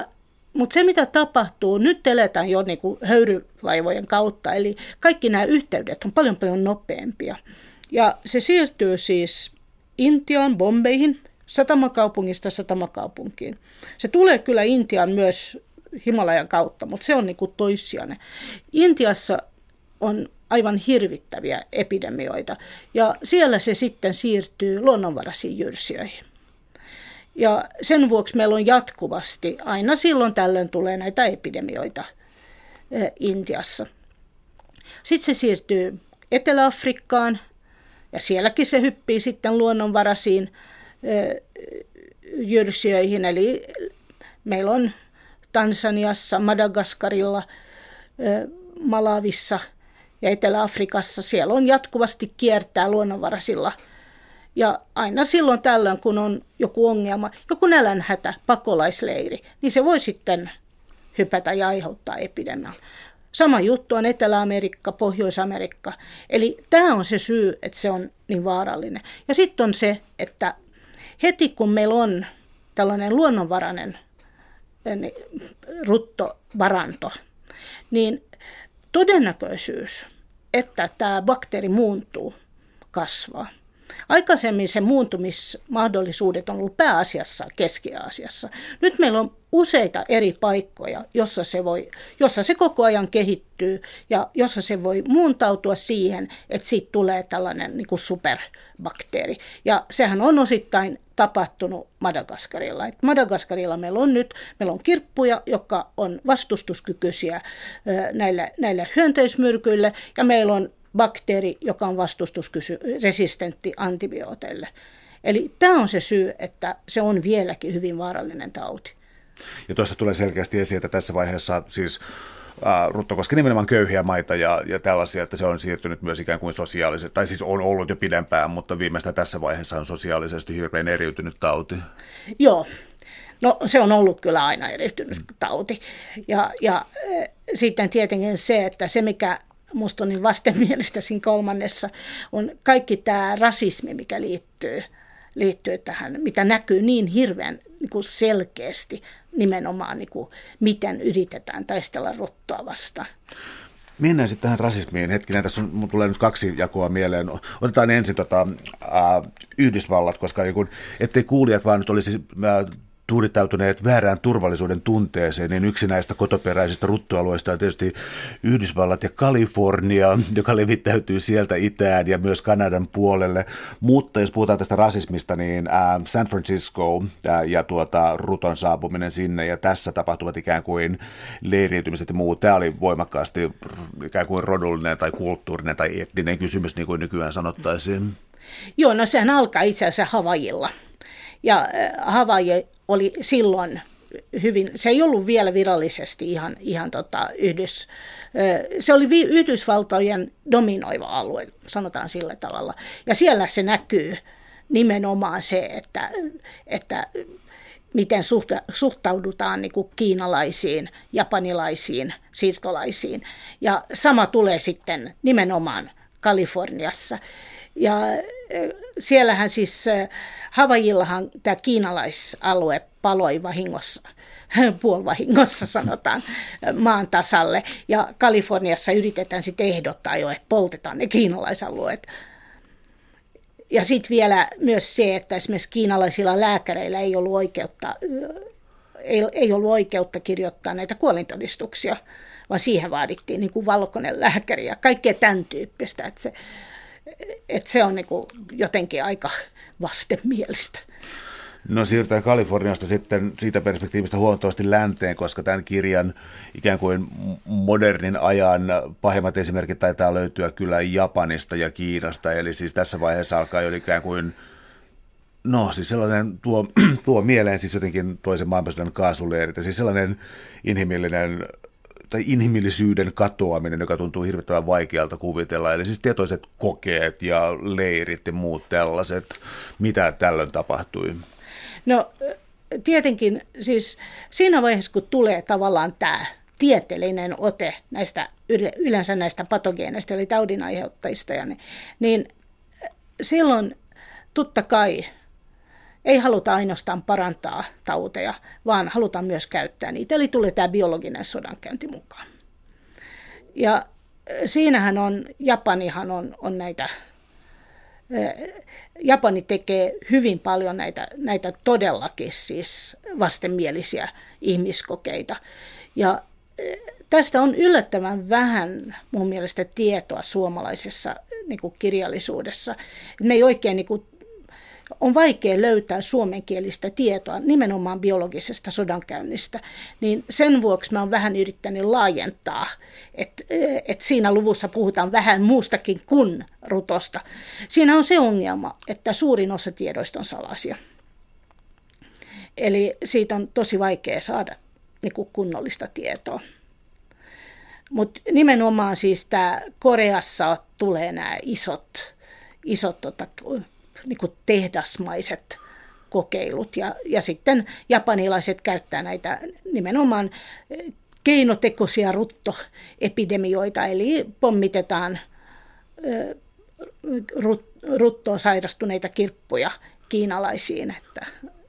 Mutta se, mitä tapahtuu, nyt eletään jo niin kuin höyrylaivojen kautta, eli kaikki nämä yhteydet on paljon paljon nopeampia. Ja se siirtyy siis Intiaan, Bombeihin, satamakaupungista satamakaupunkiin. Se tulee kyllä Intiaan myös Himalajan kautta, mutta se on niin kuin toissijainen. Intiassa on aivan hirvittäviä epidemioita, ja siellä se sitten siirtyy luonnonvaraisiin jyrsijöihin. Ja sen vuoksi meillä on jatkuvasti, aina silloin tällöin tulee näitä epidemioita Intiassa. Sitten se siirtyy Etelä-Afrikkaan, ja sielläkin se hyppii sitten luonnonvaraisiin jyrsijöihin, eli meillä on Tansaniassa, Madagaskarilla, Malavissa ja Etelä-Afrikassa, siellä on jatkuvasti kiertää luonnonvaraisilla. Ja aina silloin tällöin, kun on joku ongelma, joku nälänhätä, pakolaisleiri, niin se voi sitten hypätä ja aiheuttaa epidemian. Sama juttu on Etelä-Amerikka, Pohjois-Amerikka. Eli tämä on se syy, että se on niin vaarallinen. Ja sitten on se, että heti kun meillä on tällainen luonnonvarainen ruttovaranto, niin todennäköisyys, että tämä bakteeri muuntuu, kasvaa. Aikaisemmin se muuntumismahdollisuudet on ollut pääasiassa Keski-Aasiassa. Nyt meillä on useita eri paikkoja, jossa se, voi, jossa se koko ajan kehittyy ja jossa se voi muuntautua siihen, että siitä tulee tällainen niin kuin superbakteeri. Ja sehän on osittain tapahtunut Madagaskarilla. Et Madagaskarilla meillä on nyt meillä on kirppuja, jotka on vastustuskykyisiä näille, näille hyönteismyrkyille, ja meillä on bakteeri, joka on vastustusresistentti antibiooteille. Eli tämä on se syy, että se on vieläkin hyvin vaarallinen tauti. Ja tuossa tulee selkeästi esiin, että tässä vaiheessa siis äh, rutto koskee nimenomaan köyhiä maita ja, ja tällaisia, että se on siirtynyt myös ikään kuin sosiaalisesti, tai siis on ollut jo pidempään, mutta viimeistään tässä vaiheessa on sosiaalisesti hirveän eriytynyt tauti. Joo. No se on ollut kyllä aina eriytynyt tauti. Ja, ja äh, sitten tietenkin se, että se mikä musta on niin vastenmielistä siinä kolmannessa, on kaikki tämä rasismi, mikä liittyy, liittyy tähän, mitä näkyy niin hirveän niin kuin selkeästi nimenomaan, niin kuin, miten yritetään taistella ruttoa vastaan. Mennään sitten tähän rasismiin. Hetkinen, tässä on, tulee nyt kaksi jakoa mieleen. Otetaan ensin tota, äh, Yhdysvallat, koska niin kun, ettei kuulijat vaan nyt olisi Äh, tuudittautuneet väärään turvallisuuden tunteeseen, niin yksi näistä kotoperäisistä ruttoalueista on tietysti Yhdysvallat ja Kalifornia, joka levittäytyy sieltä itään ja myös Kanadan puolelle. Mutta jos puhutaan tästä rasismista, niin ää, San Francisco ää, ja tuota, ruton saapuminen sinne ja tässä tapahtuvat ikään kuin leiriytymiset ja muu. Tämä oli voimakkaasti ikään kuin rodullinen tai kulttuurinen tai etninen kysymys, niin kuin nykyään sanottaisiin. Joo, no sehän alkaa itse asiassa Havaijilla. Ja Havaiji oli silloin hyvin, se ei ollut vielä virallisesti ihan, ihan tota Yhdys, se oli Yhdysvaltojen dominoiva alue, sanotaan sillä tavalla. Ja siellä se näkyy nimenomaan se, että, että miten suhtaudutaan niin kuin kiinalaisiin, japanilaisiin, siirtolaisiin. Ja sama tulee sitten nimenomaan Kaliforniassa. Ja siellähän siis Havaijillahan tämä kiinalaisalue paloi vahingossa, puolivahingossa sanotaan, maan tasalle. Ja Kaliforniassa yritetään sitten ehdottaa jo, että poltetaan ne kiinalaisalueet. Ja sitten vielä myös se, että esimerkiksi kiinalaisilla lääkäreillä ei ollut oikeutta, ei, ei ollut oikeutta kirjoittaa näitä kuolintodistuksia, vaan siihen vaadittiin niin kuin valkoinen lääkäri ja kaikkea tämän tyyppistä, että se, että se on niin kuin jotenkin aika vastenmielistä. No siirrytään Kaliforniasta sitten siitä perspektiivistä huomattavasti länteen, koska tämän kirjan ikään kuin modernin ajan pahimmat esimerkit taitaa löytyä kyllä Japanista ja Kiinasta, eli siis tässä vaiheessa alkaa jo ikään kuin, no siis sellainen tuo, tuo mieleen siis jotenkin toisen maailmansodan kaasuleirit, ja siis sellainen inhimillinen tai inhimillisyyden katoaminen, joka tuntuu hirvittävän vaikealta kuvitella, eli siis tietoiset kokeet ja leirit ja muut tällaiset, mitä tällöin tapahtui? No tietenkin siis siinä vaiheessa, kun tulee tavallaan tämä tieteellinen ote näistä, yleensä näistä patogeeneista, eli taudinaiheuttajista, niin, niin silloin totta kai Ei haluta ainoastaan parantaa tauteja, vaan halutaan myös käyttää niitä. Eli tulee tämä biologinen sodankäynti mukaan. Ja siinähän on, Japanihan on, on näitä, Japani tekee hyvin paljon näitä, näitä todellakin siis vastenmielisiä ihmiskokeita. Ja tästä on yllättävän vähän mun mielestä tietoa suomalaisessa niin kuin kirjallisuudessa. Me ei oikein, niin kuin, on vaikea löytää suomenkielistä tietoa nimenomaan biologisesta sodankäynnistä, niin sen vuoksi mä oon vähän yrittänyt laajentaa, että et siinä luvussa puhutaan vähän muustakin kuin rutosta. Siinä on se ongelma, että suurin osa tiedoista on salaisia. Eli siitä on tosi vaikea saada niin kuin kunnollista tietoa. Mutta nimenomaan siis tämä Koreassa tulee nämä isot, isot tota, niin kuin tehdasmaiset kokeilut ja, ja sitten japanilaiset käyttää näitä nimenomaan keinotekoisia ruttoepidemioita, eli pommitetaan ruttoon sairastuneita kirppuja kiinalaisiin, että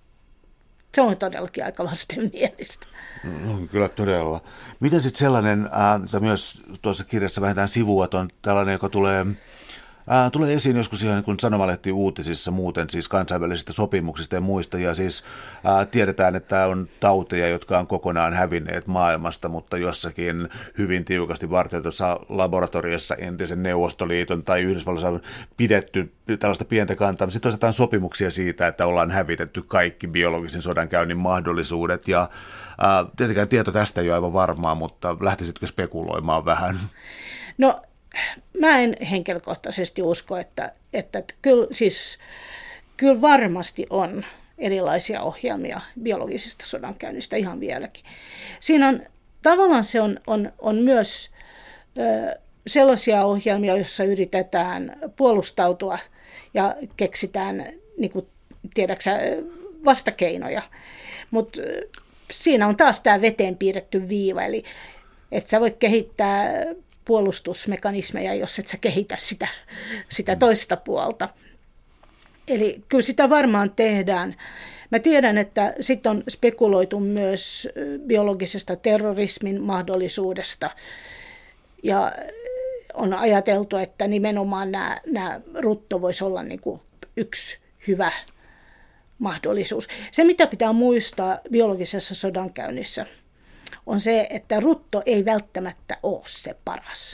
se on todellakin aika vastenmielistä. No, kyllä todella. Miten sitten sellainen, että myös tuossa kirjassa vähintään sivuaton, tällainen, joka tulee, ää, tulee esiin joskus ihan niin kuin sanomalehti uutisissa muuten, siis kansainvälisistä sopimuksista ja muista, ja siis ää, tiedetään, että on tauteja, jotka on kokonaan hävinneet maailmasta, mutta jossakin hyvin tiukasti vartioitussa laboratoriossa entisen Neuvostoliiton tai Yhdysvalloissa on pidetty tällaista pientä kantaa. Sitten otetaan sopimuksia siitä, että ollaan hävitetty kaikki biologisen sodankäynnin mahdollisuudet, ja ää, tietenkään tieto tästä ei ole aivan varmaa, mutta lähtisitkö spekuloimaan vähän? No, mä en henkilökohtaisesti usko, että, että kyllä, siis, kyllä varmasti on erilaisia ohjelmia biologisesta sodankäynnistä ihan vieläkin. Siinä on, tavallaan se on, on, on myös ö, sellaisia ohjelmia, joissa yritetään puolustautua ja keksitään, niin kuin, tiedäksä, vastakeinoja. Mutta siinä on taas tämä veteen piirretty viiva, eli et sä voi kehittää puolustusmekanismeja, jos et sä kehitä sitä, sitä toista puolta. Eli kyllä sitä varmaan tehdään. Mä tiedän, että sitten on spekuloitu myös biologisesta terrorismin mahdollisuudesta ja on ajateltu, että nimenomaan nämä, nämä rutto voisi olla niin kuin yksi hyvä mahdollisuus. Se, mitä pitää muistaa biologisessa sodankäynnissä, on se, että rutto ei välttämättä ole se paras.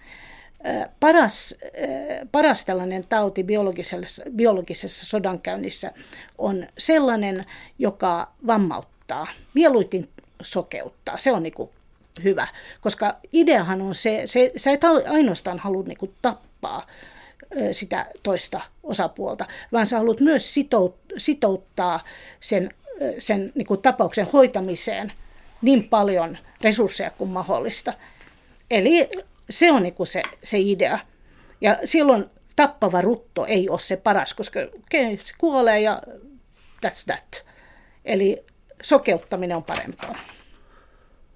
Paras, paras tällainen tauti biologisessa, biologisessa sodankäynnissä on sellainen, joka vammauttaa, mieluiten sokeuttaa. Se on niin kuin hyvä, koska ideahan on se, se sä et ainoastaan halua niin kuin tappaa sitä toista osapuolta, vaan sä haluat myös sitouttaa sen, sen niin kuin tapauksen hoitamiseen niin paljon resursseja kuin mahdollista. Eli se on niin kuin se, se idea. Ja silloin tappava rutto ei ole se paras, koska okay, se kuolee ja that's that. Eli sokeuttaminen on parempaa,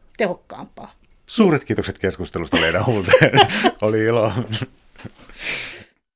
tehokkaampaa. Suuret kiitokset keskustelusta, Leena Huldén. Oli ilo.